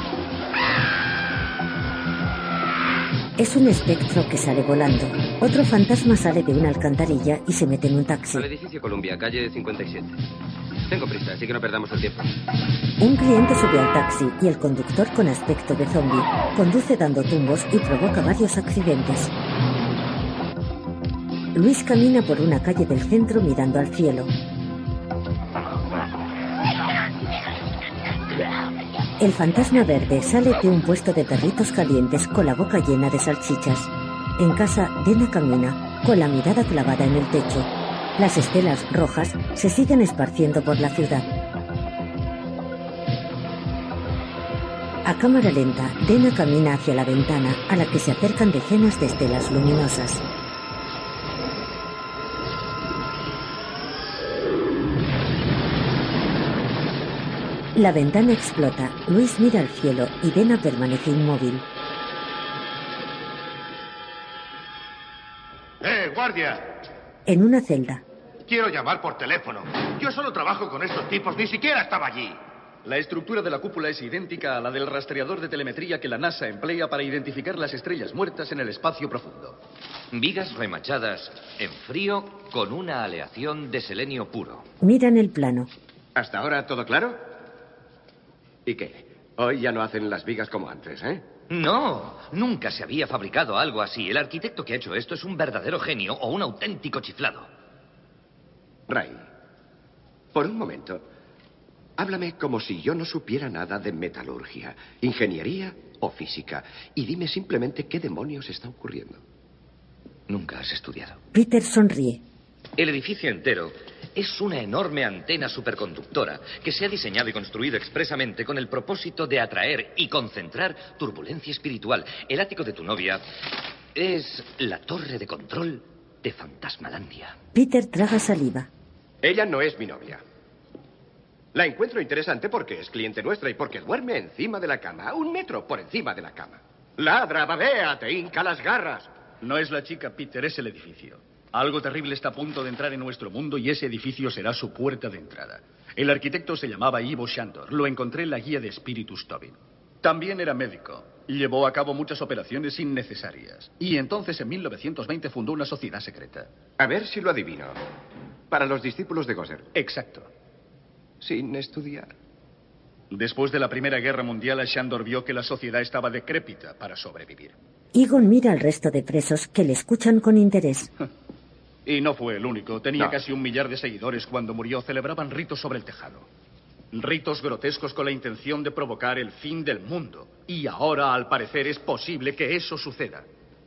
Es un espectro que sale volando. Otro fantasma sale de una alcantarilla y se mete en un taxi. Al edificio Columbia, calle cincuenta y siete. Tengo prisa, así que no perdamos el tiempo. Un cliente sube al taxi y el conductor, con aspecto de zombie, conduce dando tumbos y provoca varios accidentes. Luis camina por una calle del centro mirando al cielo. El fantasma verde sale de un puesto de perritos calientes con la boca llena de salchichas. En casa, Dena camina, con la mirada clavada en el techo. Las estelas rojas se siguen esparciendo por la ciudad. A cámara lenta, Dena camina hacia la ventana, a la que se acercan decenas de estelas luminosas. La ventana explota. Luis mira al cielo y Dena permanece inmóvil. ¡Eh, guardia! En una celda. Quiero llamar por teléfono. Yo solo trabajo con estos tipos, ni siquiera estaba allí. La estructura de la cúpula es idéntica a la del rastreador de telemetría que la NASA emplea para identificar las estrellas muertas en el espacio profundo. Vigas remachadas en frío con una aleación de selenio puro. Miran el plano. ¿Hasta ahora todo claro? ¿Y qué? Hoy ya no hacen las vigas como antes, ¿eh? No, nunca se había fabricado algo así. El arquitecto que ha hecho esto es un verdadero genio o un auténtico chiflado. Ray, por un momento, háblame como si yo no supiera nada de metalurgia, ingeniería o física. Y dime simplemente qué demonios está ocurriendo. Nunca has estudiado. Peter sonríe. El edificio entero es una enorme antena superconductora que se ha diseñado y construido expresamente con el propósito de atraer y concentrar turbulencia espiritual. El ático de tu novia es la torre de control de Fantasmalandia. Peter traga saliva. Ella no es mi novia. La encuentro interesante porque es cliente nuestra y porque duerme encima de la cama, un metro por encima de la cama. Ladra, babea, te hinca las garras. No es la chica, Peter, es el edificio. Algo terrible está a punto de entrar en nuestro mundo y ese edificio será su puerta de entrada. El arquitecto se llamaba Ivo Shandor. Lo encontré en la guía de Spiritus Tobin. También era médico. Llevó a cabo muchas operaciones innecesarias. Y entonces, en mil novecientos veinte, fundó una sociedad secreta. A ver si lo adivino. Para los discípulos de Gosser. Exacto. Sin estudiar. Después de la Primera Guerra Mundial, Shandor vio que la sociedad estaba decrépita para sobrevivir. Egon mira al resto de presos que le escuchan con interés. Y no fue el único. Tenía No. casi un millar de seguidores cuando murió. Celebraban ritos sobre el tejado. Ritos grotescos con la intención de provocar el fin del mundo. Y ahora, al parecer, es posible que eso suceda.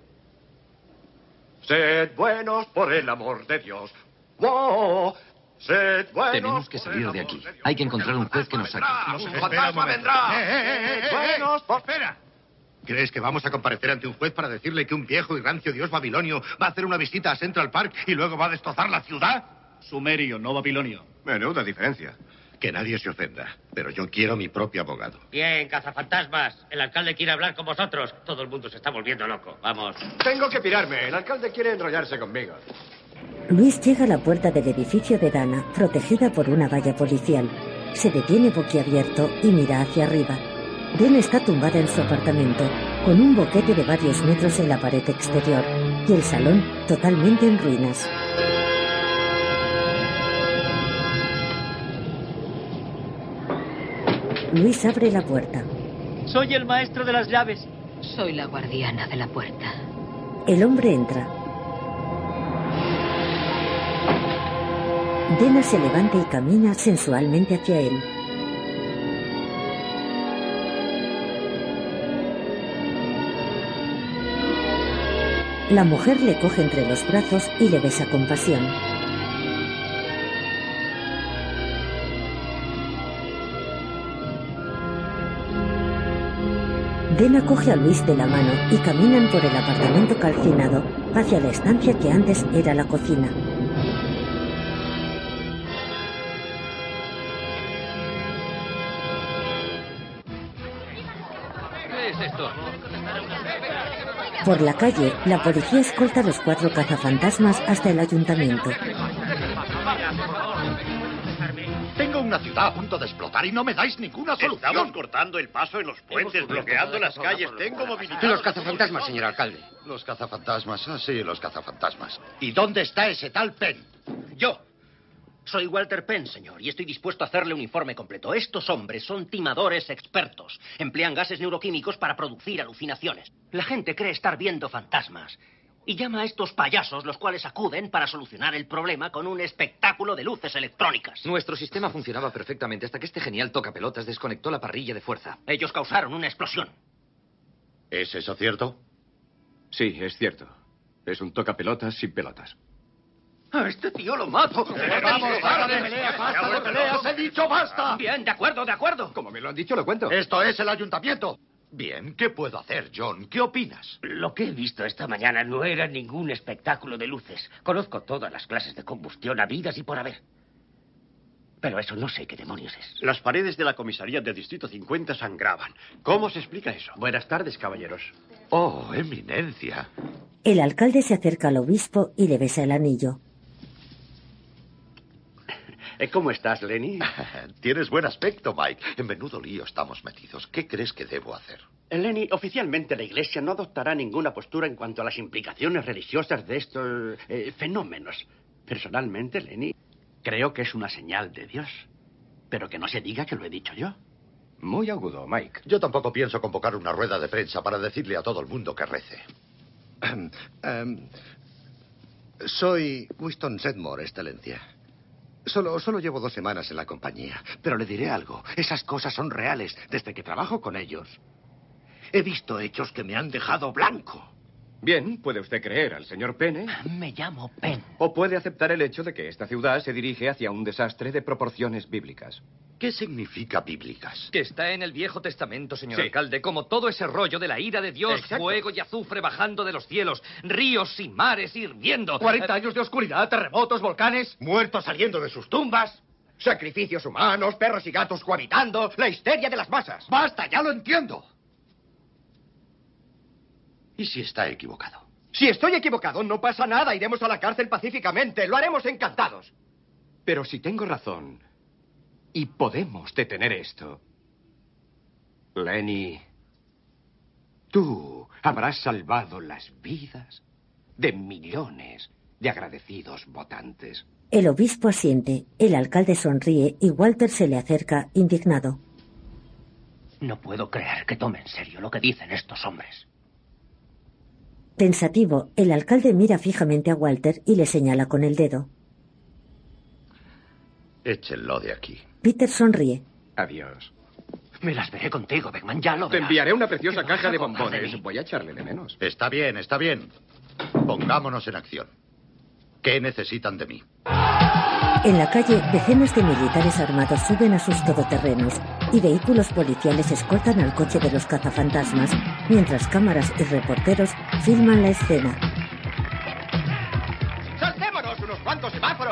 Sed buenos por el amor de Dios. ¡Wow! Sed buenos. Tenemos que salir de aquí. Hay que encontrar un juez que nos saque. ¡Un fantasma vendrá! ¡Eh, eh, eh, Buenos por... ¡Espera! ¿Crees que vamos a comparecer ante un juez para decirle que un viejo y rancio dios babilonio va a hacer una visita a Central Park y luego va a destrozar la ciudad? Sumerio, no babilonio. Menuda diferencia. Que nadie se ofenda, pero yo quiero mi propio abogado. Bien, cazafantasmas. El alcalde quiere hablar con vosotros. Todo el mundo se está volviendo loco. Vamos. Tengo que pirarme. El alcalde quiere enrollarse conmigo. Luis llega a la puerta del edificio de Dana, protegida por una valla policial. Se detiene boquiabierto y mira hacia arriba. Dana está tumbada en su apartamento, con un boquete de varios metros en la pared exterior, y el salón totalmente en ruinas. Luis abre la puerta. Soy el maestro de las llaves. Soy la guardiana de la puerta. El hombre entra. Dana se levanta y camina sensualmente hacia él. La mujer le coge entre los brazos y le besa con pasión. Dana coge a Luis de la mano y caminan por el apartamento calcinado hacia la estancia que antes era la cocina. ¿Qué es esto? Por la calle, la policía escolta a los cuatro cazafantasmas hasta el ayuntamiento. Tengo una ciudad a punto de explotar y no me dais ninguna solución. Estamos cortando el paso en los puentes, bloqueando las calles. Tengo movilidad. Los cazafantasmas, señor alcalde. Los cazafantasmas, ah, sí, los cazafantasmas. ¿Y dónde está ese tal Penn? Yo. Soy Walter Penn, señor, y estoy dispuesto a hacerle un informe completo. Estos hombres son timadores expertos. Emplean gases neuroquímicos para producir alucinaciones. La gente cree estar viendo fantasmas. Y llama a estos payasos, los cuales acuden para solucionar el problema con un espectáculo de luces electrónicas. Nuestro sistema funcionaba perfectamente hasta que este genial tocapelotas desconectó la parrilla de fuerza. Ellos causaron una explosión. ¿Es eso cierto? Sí, es cierto. Es un tocapelotas sin pelotas. A este tío lo mato. ¡Vamos, para de peleas! ¡Basta de peleas! ¡He dicho basta! Bien, de acuerdo, de acuerdo. Como me lo han dicho, lo cuento. Esto es el ayuntamiento. Bien, ¿qué puedo hacer, John? ¿Qué opinas? Lo que he visto esta mañana no era ningún espectáculo de luces. Conozco todas las clases de combustión habidas y por haber. Pero eso no sé qué demonios es. Las paredes de la comisaría del Distrito cincuenta sangraban. ¿Cómo se explica eso? Buenas tardes, caballeros. Oh, eminencia. El alcalde se acerca al obispo y le besa el anillo. ¿Cómo estás, Lenny? Tienes buen aspecto, Mike. En menudo lío estamos metidos. ¿Qué crees que debo hacer? Lenny, oficialmente la Iglesia no adoptará ninguna postura en cuanto a las implicaciones religiosas de estos eh, fenómenos. Personalmente, Lenny, creo que es una señal de Dios. Pero que no se diga que lo he dicho yo. Muy agudo, Mike. Yo tampoco pienso convocar una rueda de prensa para decirle a todo el mundo que rece. Um, um, soy Winston Sedmore, excelencia. Solo, solo llevo dos semanas en la compañía, pero le diré algo. Esas cosas son reales. Desde que trabajo con ellos, he visto hechos que me han dejado blanco. Bien, puede usted creer al señor Penn. Me llamo Penn. O puede aceptar el hecho de que esta ciudad se dirige hacia un desastre de proporciones bíblicas. ¿Qué significa bíblicas? Que está en el Viejo Testamento, señor Sí. alcalde, como todo ese rollo de la ira de Dios, Exacto. fuego y azufre bajando de los cielos, ríos y mares hirviendo. ¿Cuarenta años de oscuridad, terremotos, volcanes? Muertos saliendo de sus tumbas. Sacrificios humanos, perros y gatos cohabitando, la histeria de las masas. ¡Basta! ¡Ya lo entiendo! ¿Y si está equivocado? Si estoy equivocado, no pasa nada. Iremos a la cárcel pacíficamente. Lo haremos encantados. Pero si tengo razón, y podemos detener esto, Lenny, tú habrás salvado las vidas de millones de agradecidos votantes. El obispo asiente, el alcalde sonríe y Walter se le acerca, indignado. No puedo creer que tome en serio lo que dicen estos hombres. Pensativo, el alcalde mira fijamente a Walter y le señala con el dedo. Échenlo de aquí. Peter sonríe. Adiós. Me las veré contigo, Beckman, ya lo Te verás. enviaré una preciosa ¿Qué caja vas a de contar de bombones. mí? Voy a echarle de menos. Está bien, está bien. Pongámonos en acción. ¿Qué necesitan de mí? En la calle, decenas de militares armados suben a sus todoterrenos y vehículos policiales escoltan al coche de los cazafantasmas, mientras cámaras y reporteros filman la escena. ¡Saltémonos unos cuantos semáforos!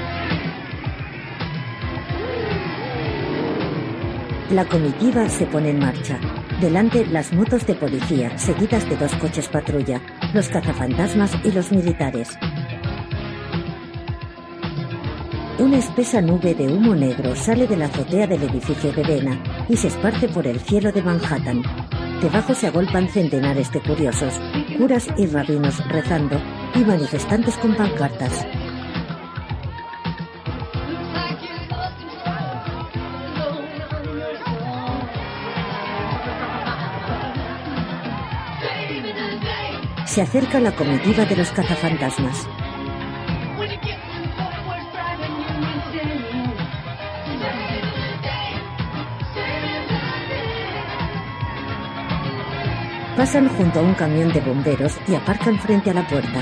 La comitiva se pone en marcha. Delante, las motos de policía, seguidas de dos coches patrulla, los cazafantasmas y los militares. Una espesa nube de humo negro sale de la azotea del edificio de Vena y se esparce por el cielo de Manhattan. Debajo se agolpan centenares de curiosos, curas y rabinos rezando y manifestantes con pancartas. Se acerca la comitiva de los cazafantasmas. Pasan junto a un camión de bomberos y aparcan frente a la puerta.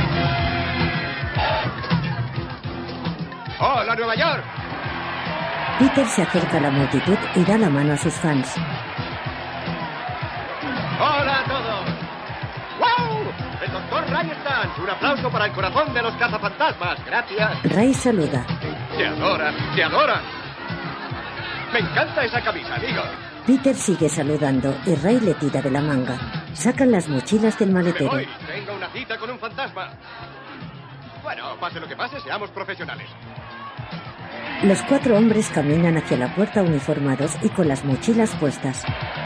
¡Hola, Nueva York! Peter se acerca a la multitud y da la mano a sus fans. ¡Hola a todos! ¡Wow! El doctor Ray Stantz. Un aplauso para el corazón de los cazafantasmas. Gracias. Ray saluda. ¡Te adoran! ¡Te adoran! Me encanta esa camisa, amigo. Peter sigue saludando y Ray le tira de la manga. Sacan las mochilas del Me maletero. voy. Tengo una cita con un fantasma. Bueno, pase lo que pase, seamos profesionales. Los cuatro hombres caminan hacia la puerta uniformados y con las mochilas puestas.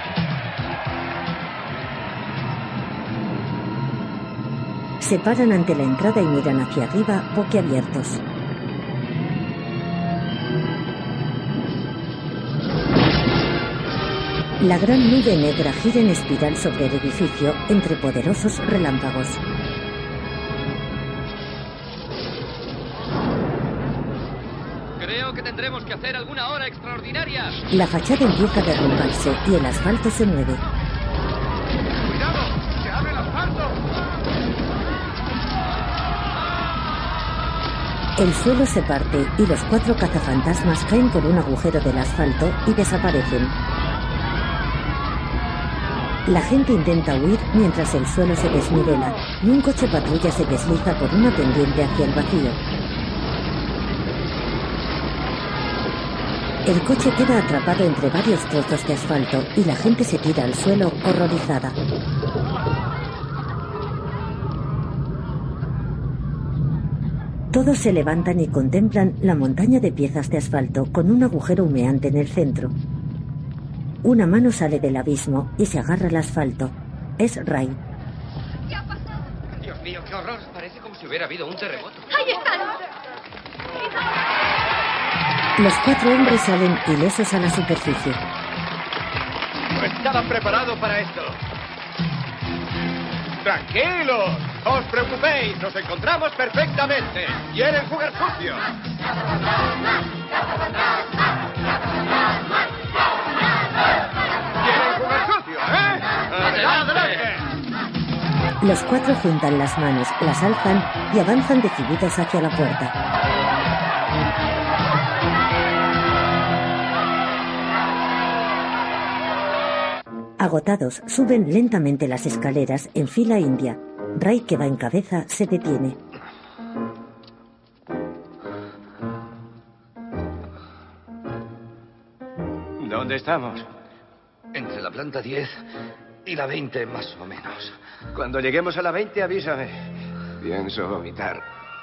Se paran ante la entrada y miran hacia arriba, boquiabiertos. La gran nube negra gira en espiral sobre el edificio entre poderosos relámpagos. Creo que tendremos que hacer alguna hora extraordinaria. La fachada empieza a derrumbarse y el asfalto se mueve. ¡Cuidado! ¡Se abre el asfalto! El suelo se parte y los cuatro cazafantasmas caen por un agujero del asfalto y desaparecen. La gente intenta huir mientras el suelo se desnivela y un coche patrulla se desliza por una pendiente hacia el vacío. El coche queda atrapado entre varios trozos de asfalto y la gente se tira al suelo horrorizada. Todos se levantan y contemplan la montaña de piezas de asfalto con un agujero humeante en el centro. Una mano sale del abismo y se agarra al asfalto. Es Ray. Dios mío, qué horror. Parece como si hubiera habido un terremoto. ¡Ahí están! Los cuatro hombres salen ilesos a la superficie. No estaba preparado para esto. ¡Tranquilos! ¡Os preocupéis! ¡Nos encontramos perfectamente! ¿Quieren jugar sucio? ¿Quieren jugar sucio, eh? ¡Adelante! ¡Adelante! Los cuatro juntan las manos, las alzan y avanzan decididos hacia la puerta. Agotados, suben lentamente las escaleras en fila india. Ray, que va en cabeza, se detiene. ¿Dónde estamos? Entre la planta diez y la veinte, más o menos. Cuando lleguemos a la veinte, avísame. Pienso vomitar.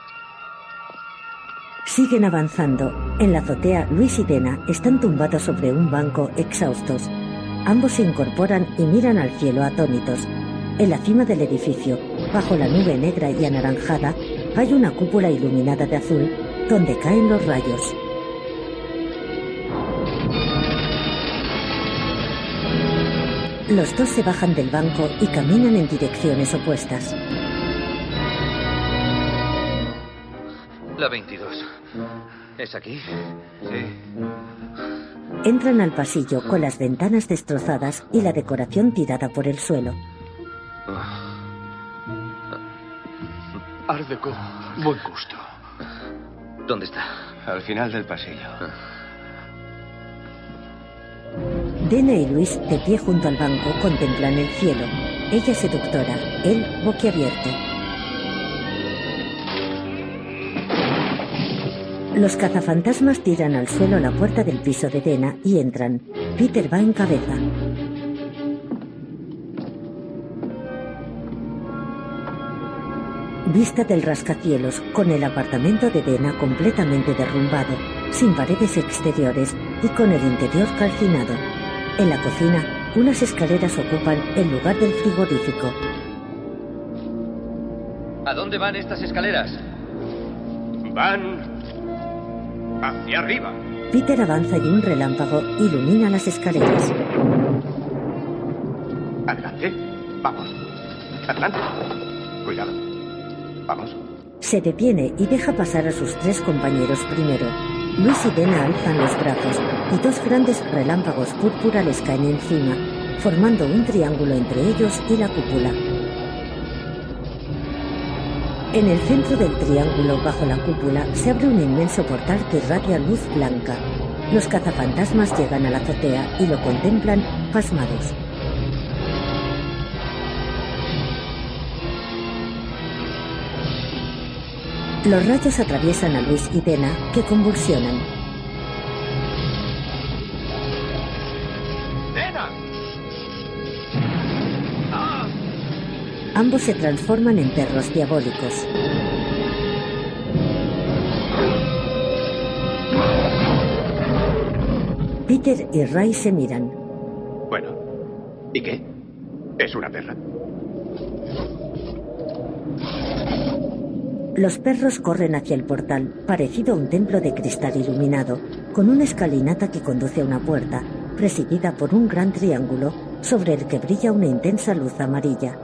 Siguen avanzando. En la azotea, Luis y Dena están tumbados sobre un banco, exhaustos. Ambos se incorporan y miran al cielo atónitos. En la cima del edificio, bajo la nube negra y anaranjada, hay una cúpula iluminada de azul, donde caen los rayos. Los dos se bajan del banco y caminan en direcciones opuestas. La veintidós. ¿Es aquí? Sí. Entran al pasillo con las ventanas destrozadas y la decoración tirada por el suelo. Art Deco. Buen gusto. ¿Dónde está? Al final del pasillo. Dena y Luis, de pie junto al banco, contemplan el cielo. Ella seductora, él boquiabierto. Los cazafantasmas tiran al suelo la puerta del piso de Dena y entran. Peter va en cabeza. Vista del rascacielos, con el apartamento de Dena completamente derrumbado, sin paredes exteriores y con el interior calcinado. En la cocina, unas escaleras ocupan el lugar del frigorífico. ¿A dónde van estas escaleras? Van hacia arriba. Peter avanza y un relámpago ilumina las escaleras. Adelante. Vamos. Adelante. Cuidado. Vamos. Se detiene y deja pasar a sus tres compañeros primero. Luis y Dena alzan los brazos y dos grandes relámpagos púrpura les caen encima, formando un triángulo entre ellos y la cúpula. En el centro del triángulo, bajo la cúpula, se abre un inmenso portal que irradia luz blanca. Los cazafantasmas llegan a la azotea y lo contemplan pasmados. Los rayos atraviesan a Luis y Dena, que convulsionan. ¡Dena! ¡Ah! Ambos se transforman en perros diabólicos. Peter y Ray se miran. Bueno, ¿y qué? Es una perra. Los perros corren hacia el portal, parecido a un templo de cristal iluminado, con una escalinata que conduce a una puerta, presidida por un gran triángulo, sobre el que brilla una intensa luz amarilla.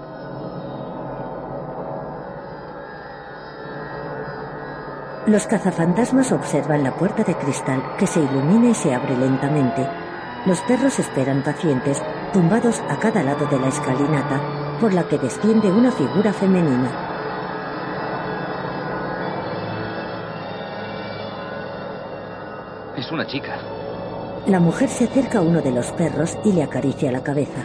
Los cazafantasmas observan la puerta de cristal, que se ilumina y se abre lentamente. Los perros esperan pacientes, tumbados a cada lado de la escalinata, por la que desciende una figura femenina. Es una chica. La mujer se acerca a uno de los perros y le acaricia la cabeza.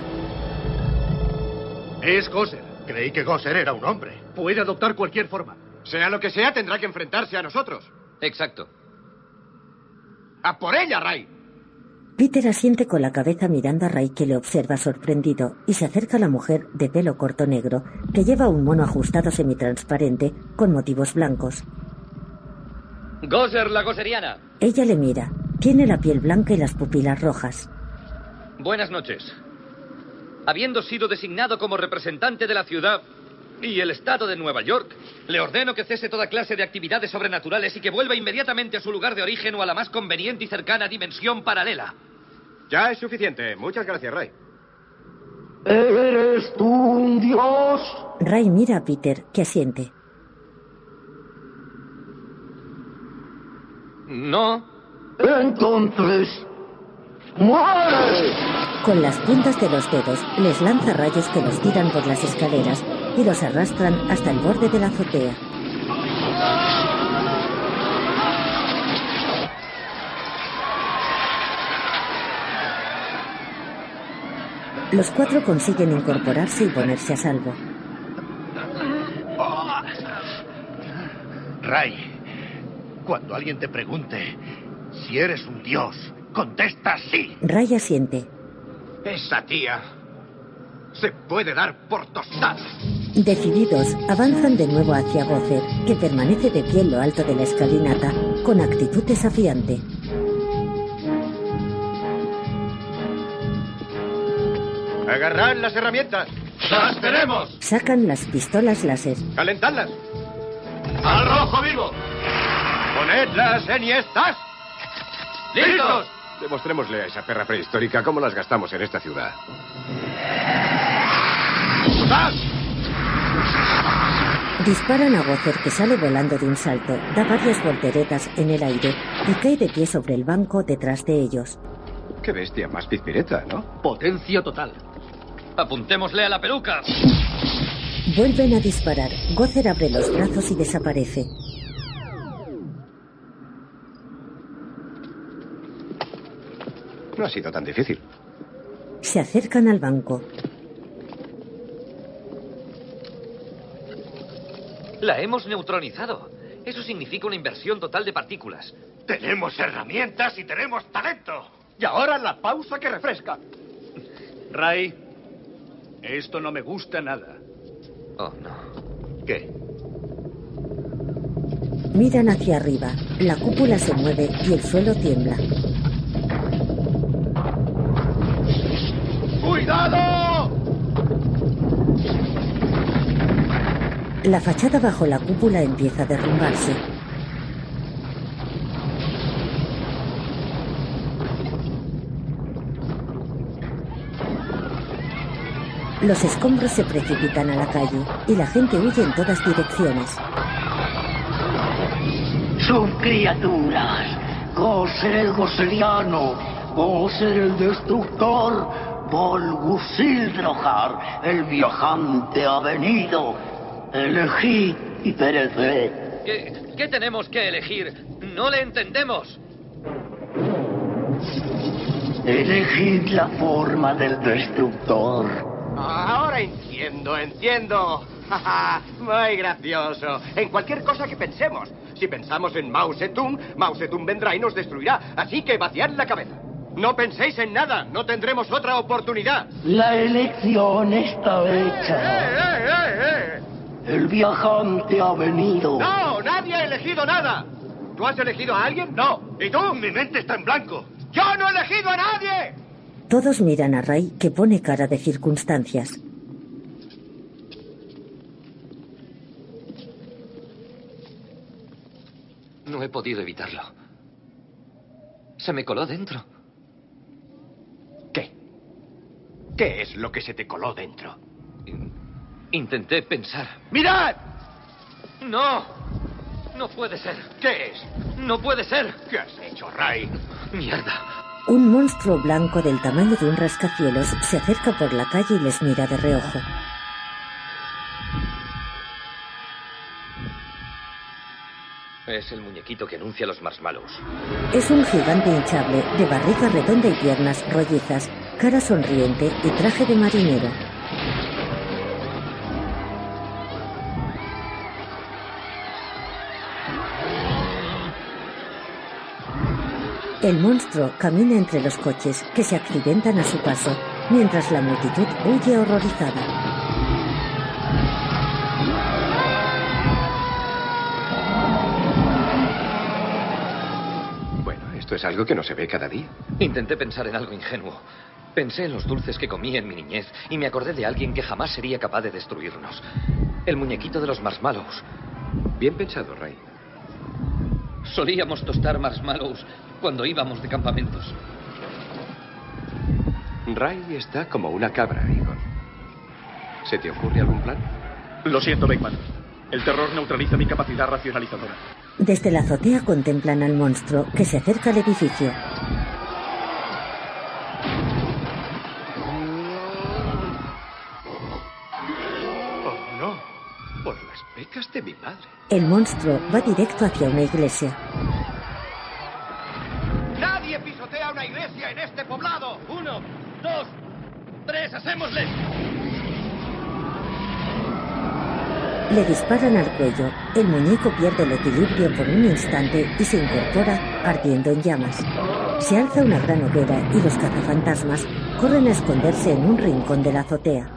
Es Gozer. Creí que Gozer era un hombre. Puede adoptar cualquier forma. Sea lo que sea, tendrá que enfrentarse a nosotros. Exacto. ¡A por ella, Ray! Peter asiente con la cabeza mirando a Ray, que le observa sorprendido, y se acerca a la mujer de pelo corto negro, que lleva un mono ajustado semitransparente con motivos blancos. Gozer, la goseriana. Ella le mira. Tiene la piel blanca y las pupilas rojas. Buenas noches. Habiendo sido designado como representante de la ciudad y el estado de Nueva York, le ordeno que cese toda clase de actividades sobrenaturales y que vuelva inmediatamente a su lugar de origen o a la más conveniente y cercana dimensión paralela. Ya es suficiente. Muchas gracias, Ray. ¿Eres tú un dios? Ray mira a Peter, que asiente. No. Entonces, ¡muere! Con las puntas de los dedos les lanza rayos que los tiran por las escaleras y los arrastran hasta el borde de la azotea. Los cuatro consiguen incorporarse y ponerse a salvo. Ray, cuando alguien te pregunte si eres un dios, contesta sí. Ray asiente. Esa tía se puede dar por tostada. Decididos, avanzan de nuevo hacia Gozer, que permanece de pie en lo alto de la escalinata, con actitud desafiante. ¡Agarrad las herramientas! ¡Las tenemos! Sacan las pistolas láser. ¡Calentadlas! ¡Al rojo vivo! ¡Ponedlas en y estás! ¡Listos! Demostrémosle a esa perra prehistórica cómo las gastamos en esta ciudad. Disparan a Gozer, que sale volando de un salto, da varias volteretas en el aire y cae de pie sobre el banco detrás de ellos. Qué bestia más pizpireta, ¿no? Potencia total. Apuntémosle a la peluca. Vuelven a disparar. Gozer abre los brazos y desaparece. No ha sido tan difícil. Se acercan al banco. La hemos neutronizado. Eso significa una inversión total de partículas. Tenemos herramientas y tenemos talento. Y ahora la pausa que refresca. Ray, esto no me gusta nada. Oh, no. ¿Qué? Miran hacia arriba. La cúpula se mueve y el suelo tiembla. ¡Cuidado! La fachada bajo la cúpula empieza a derrumbarse. Los escombros se precipitan a la calle y la gente huye en todas direcciones. Subcriaturas, Gozer el Goseriano, Gozer el Destructor, Volgusildrojar, el viajante ha venido. Elegid y pereced. ¿Qué, ¿Qué tenemos que elegir? No le entendemos. Elegid la forma del Destructor. Ahora entiendo, entiendo. Muy gracioso. En cualquier cosa que pensemos. Si pensamos en Mao Zedong, Mao Zedong vendrá y nos destruirá. Así que vaciad la cabeza. No penséis en nada. No tendremos otra oportunidad. La elección está hecha. ¡Eh, eh, eh, eh! El viajante ha venido. ¡No! ¡Nadie ha elegido nada! ¿Tú has elegido a alguien? No. ¿Y tú? Mi mente está en blanco. ¡Yo no he elegido a nadie! Todos miran a Ray, que pone cara de circunstancias. No he podido evitarlo. Se me coló dentro. ¿Qué? ¿Qué es lo que se te coló dentro? Intenté pensar. ¡Mirad! ¡No! No puede ser. ¿Qué es? ¡No puede ser! ¿Qué has hecho, Ray? ¡Mierda! Un monstruo blanco del tamaño de un rascacielos se acerca por la calle y les mira de reojo. Es el muñequito que anuncia los marshmallows. Es un gigante hinchable, de barriga redonda y piernas rollizas, cara sonriente y traje de marinero. El monstruo camina entre los coches, que se accidentan a su paso, mientras la multitud huye horrorizada. Esto es algo que no se ve cada día. Intenté pensar en algo ingenuo. Pensé en los dulces que comí en mi niñez y me acordé de alguien que jamás sería capaz de destruirnos. El muñequito de los marshmallows. Bien pensado, Ray. Solíamos tostar marshmallows cuando íbamos de campamentos. Ray está como una cabra, Igor. ¿Se te ocurre algún plan? Lo siento, Beckman. El terror neutraliza mi capacidad racionalizadora. Desde la azotea contemplan al monstruo, que se acerca al edificio. Oh, no. Por las pecas de mi padre. El monstruo va directo hacia una iglesia. ¡Nadie pisotea una iglesia en este poblado! Uno, dos, tres, ¡hacémosle! Le disparan al cuello. El muñeco pierde el equilibrio por un instante y se incorpora, ardiendo en llamas. Se alza una gran hoguera y los cazafantasmas corren a esconderse en un rincón de la azotea.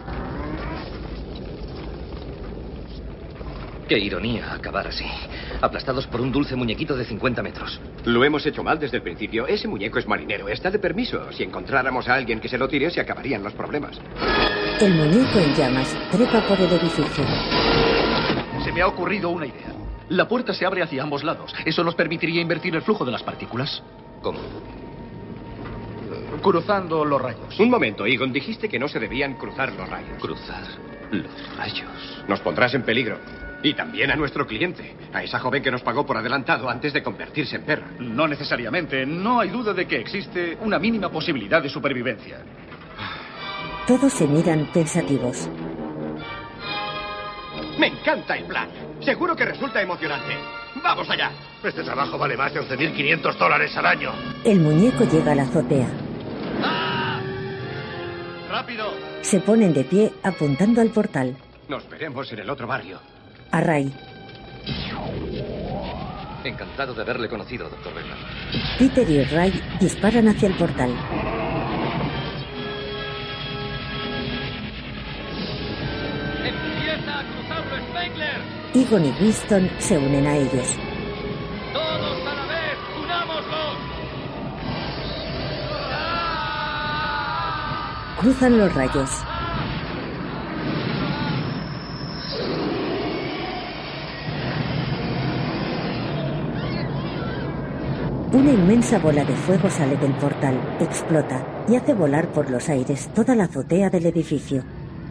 Qué ironía acabar así, aplastados por un dulce muñequito de cincuenta metros. Lo hemos hecho mal desde el principio. Ese muñeco es marinero, está de permiso. Si encontráramos a alguien que se lo tire, se acabarían los problemas. El muñeco en llamas trepa por el edificio. Se me ha ocurrido una idea. La puerta se abre hacia ambos lados. Eso nos permitiría invertir el flujo de las partículas. ¿Cómo? cruzando los rayos. Un momento, Egon. Dijiste que no se debían cruzar los rayos. ¿Cruzar los rayos? Nos pondrás en peligro. Y también a nuestro cliente. A esa joven que nos pagó por adelantado antes de convertirse en perra. No necesariamente. No hay duda de que existe una mínima posibilidad de supervivencia. Todos se miran pensativos. Me encanta el plan. Seguro que resulta emocionante. ¡Vamos allá! Este trabajo vale más de once mil quinientos dólares al año. El muñeco llega a la azotea. ¡Ah! ¡Rápido! Se ponen de pie apuntando al portal. Nos veremos en el otro barrio. A Ray. Encantado de haberle conocido, doctor Beckman. Peter y Ray disparan hacia el portal. ¡Empieza a cruzarlo, Spengler! Egon y Winston se unen a ellos. ¡Todos a la vez! ¡Unámoslos! Cruzan los rayos. Una inmensa bola de fuego sale del portal, explota y hace volar por los aires toda la azotea del edificio.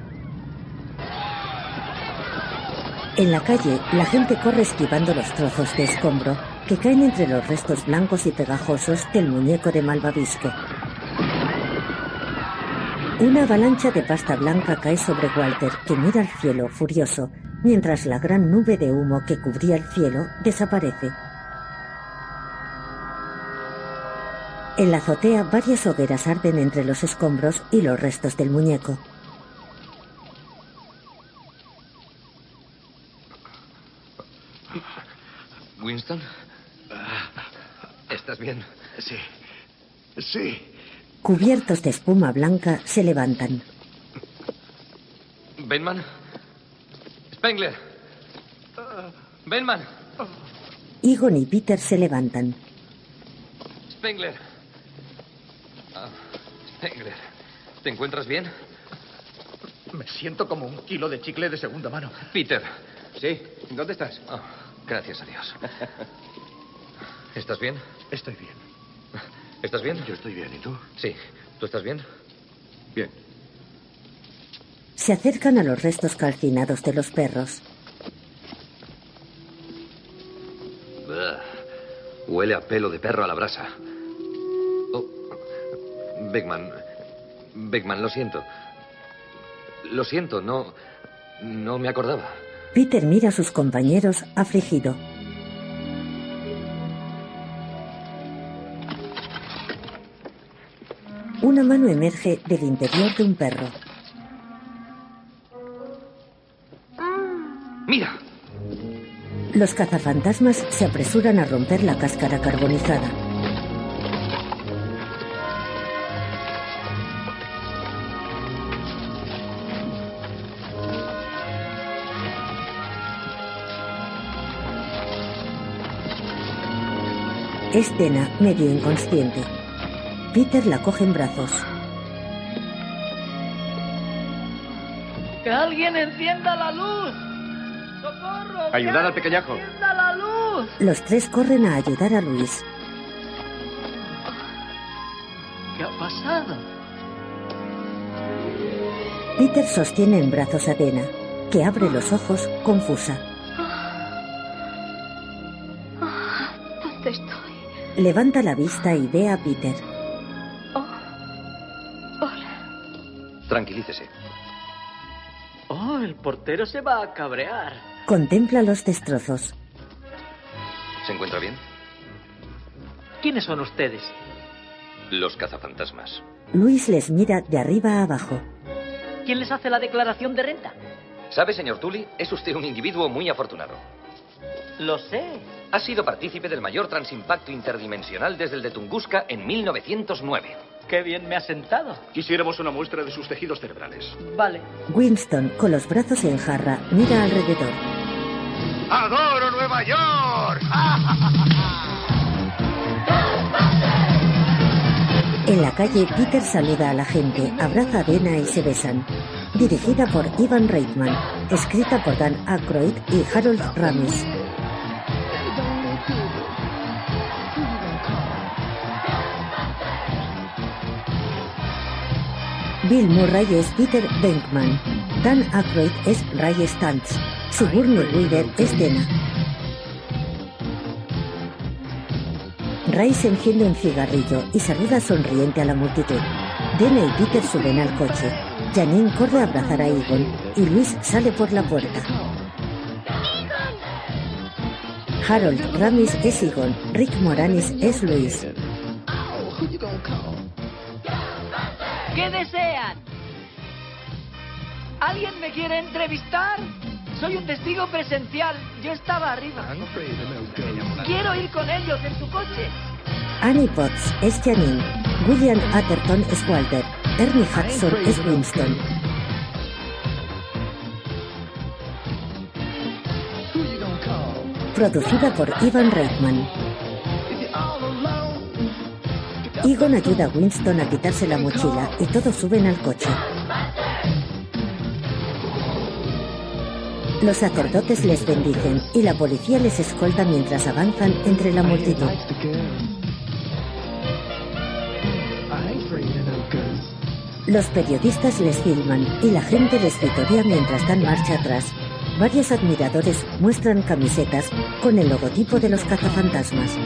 En la calle, la gente corre esquivando los trozos de escombro que caen entre los restos blancos y pegajosos del muñeco de malvavisco. Una avalancha de pasta blanca cae sobre Walter, que mira al cielo furioso, mientras la gran nube de humo que cubría el cielo desaparece. En la azotea, varias hogueras arden entre los escombros y los restos del muñeco. ¿Winston? ¿Estás bien? Sí. Sí. Cubiertos de espuma blanca, se levantan. ¿Beckman? ¡Spengler! ¡Beckman! Egon y Peter se levantan. ¡Spengler! Ah, Spengler, ¿te encuentras bien? Me siento como un kilo de chicle de segunda mano. Peter. Sí, ¿dónde estás? Oh, gracias a Dios. ¿Estás bien? Estoy bien. ¿Estás bien? Yo estoy bien, ¿y tú? Sí. ¿Tú estás bien? Bien. Se acercan a los restos calcinados de los perros. Ugh. Huele a pelo de perro a la brasa. Oh. Beckman. Beckman, lo siento. Lo siento, no... No me acordaba. Peter mira a sus compañeros afligido. Una mano emerge del interior de un perro. ¡Mira! Los cazafantasmas se apresuran a romper la cáscara carbonizada. Es Dena, medio inconsciente. Peter la coge en brazos. ¡Que alguien encienda la luz! ¡Socorro! Ayudad al pequeñajo. ¡Encienda la luz! Los tres corren a ayudar a Luis. ¿Qué ha pasado? Peter sostiene en brazos a Dena, que abre los ojos confusa. ¿Dónde estoy? Levanta la vista y ve a Peter. Tranquilícese. Oh, el portero se va a cabrear. Contempla los destrozos. ¿Se encuentra bien? ¿Quiénes son ustedes? Los cazafantasmas. Luis les mira de arriba a abajo. ¿Quién les hace la declaración de renta? ¿Sabe, señor Tully? Es usted un individuo muy afortunado. Lo sé. Ha sido partícipe del mayor transimpacto interdimensional desde el de Tunguska en mil novecientos nueve. Qué bien me ha sentado. Quisiéramos una muestra de sus tejidos cerebrales. Vale. Winston, con los brazos en jarra, mira alrededor. ¡Adoro Nueva York! En la calle, Peter saluda a la gente, abraza a Dena y se besan. Dirigida por Ivan Reitman, escrita por Dan Aykroyd y Harold Ramis. Bill Murray es Peter Venkman. Dan Aykroyd es Ray Stantz. Sigourney Weaver es Dena. Ray se enciende un cigarrillo y saluda sonriente a la multitud. Dena y Peter suben al coche. Janine corre a abrazar a Egon y Luis sale por la puerta. Harold Ramis es Egon. Rick Moranis es Luis. ¿Qué desean? ¿Alguien me quiere entrevistar? Soy un testigo presencial. Yo estaba arriba. Quiero ir con ellos en su coche. Annie Potts es Janine. William Atherton es Walter. Ernie Hudson es Winston. Producida por Ivan Reitman. Egon ayuda a Winston a quitarse la mochila y todos suben al coche. Los sacerdotes les bendicen y la policía les escolta mientras avanzan entre la multitud. Los periodistas les filman y la gente les vitorea mientras dan marcha atrás. Varios admiradores muestran camisetas con el logotipo de los cazafantasmas.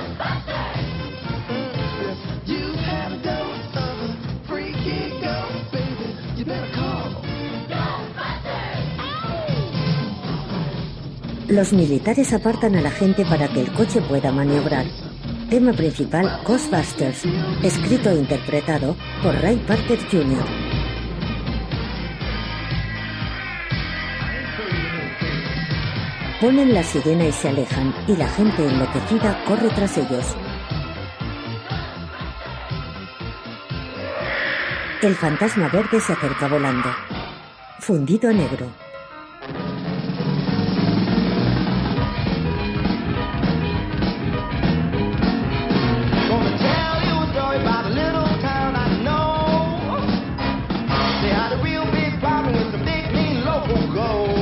Los militares apartan a la gente para que el coche pueda maniobrar. Tema principal, Ghostbusters, escrito e interpretado por Ray Parker junior Ponen la sirena y se alejan, y la gente enloquecida corre tras ellos. El fantasma verde se acerca volando, fundido a negro. Go.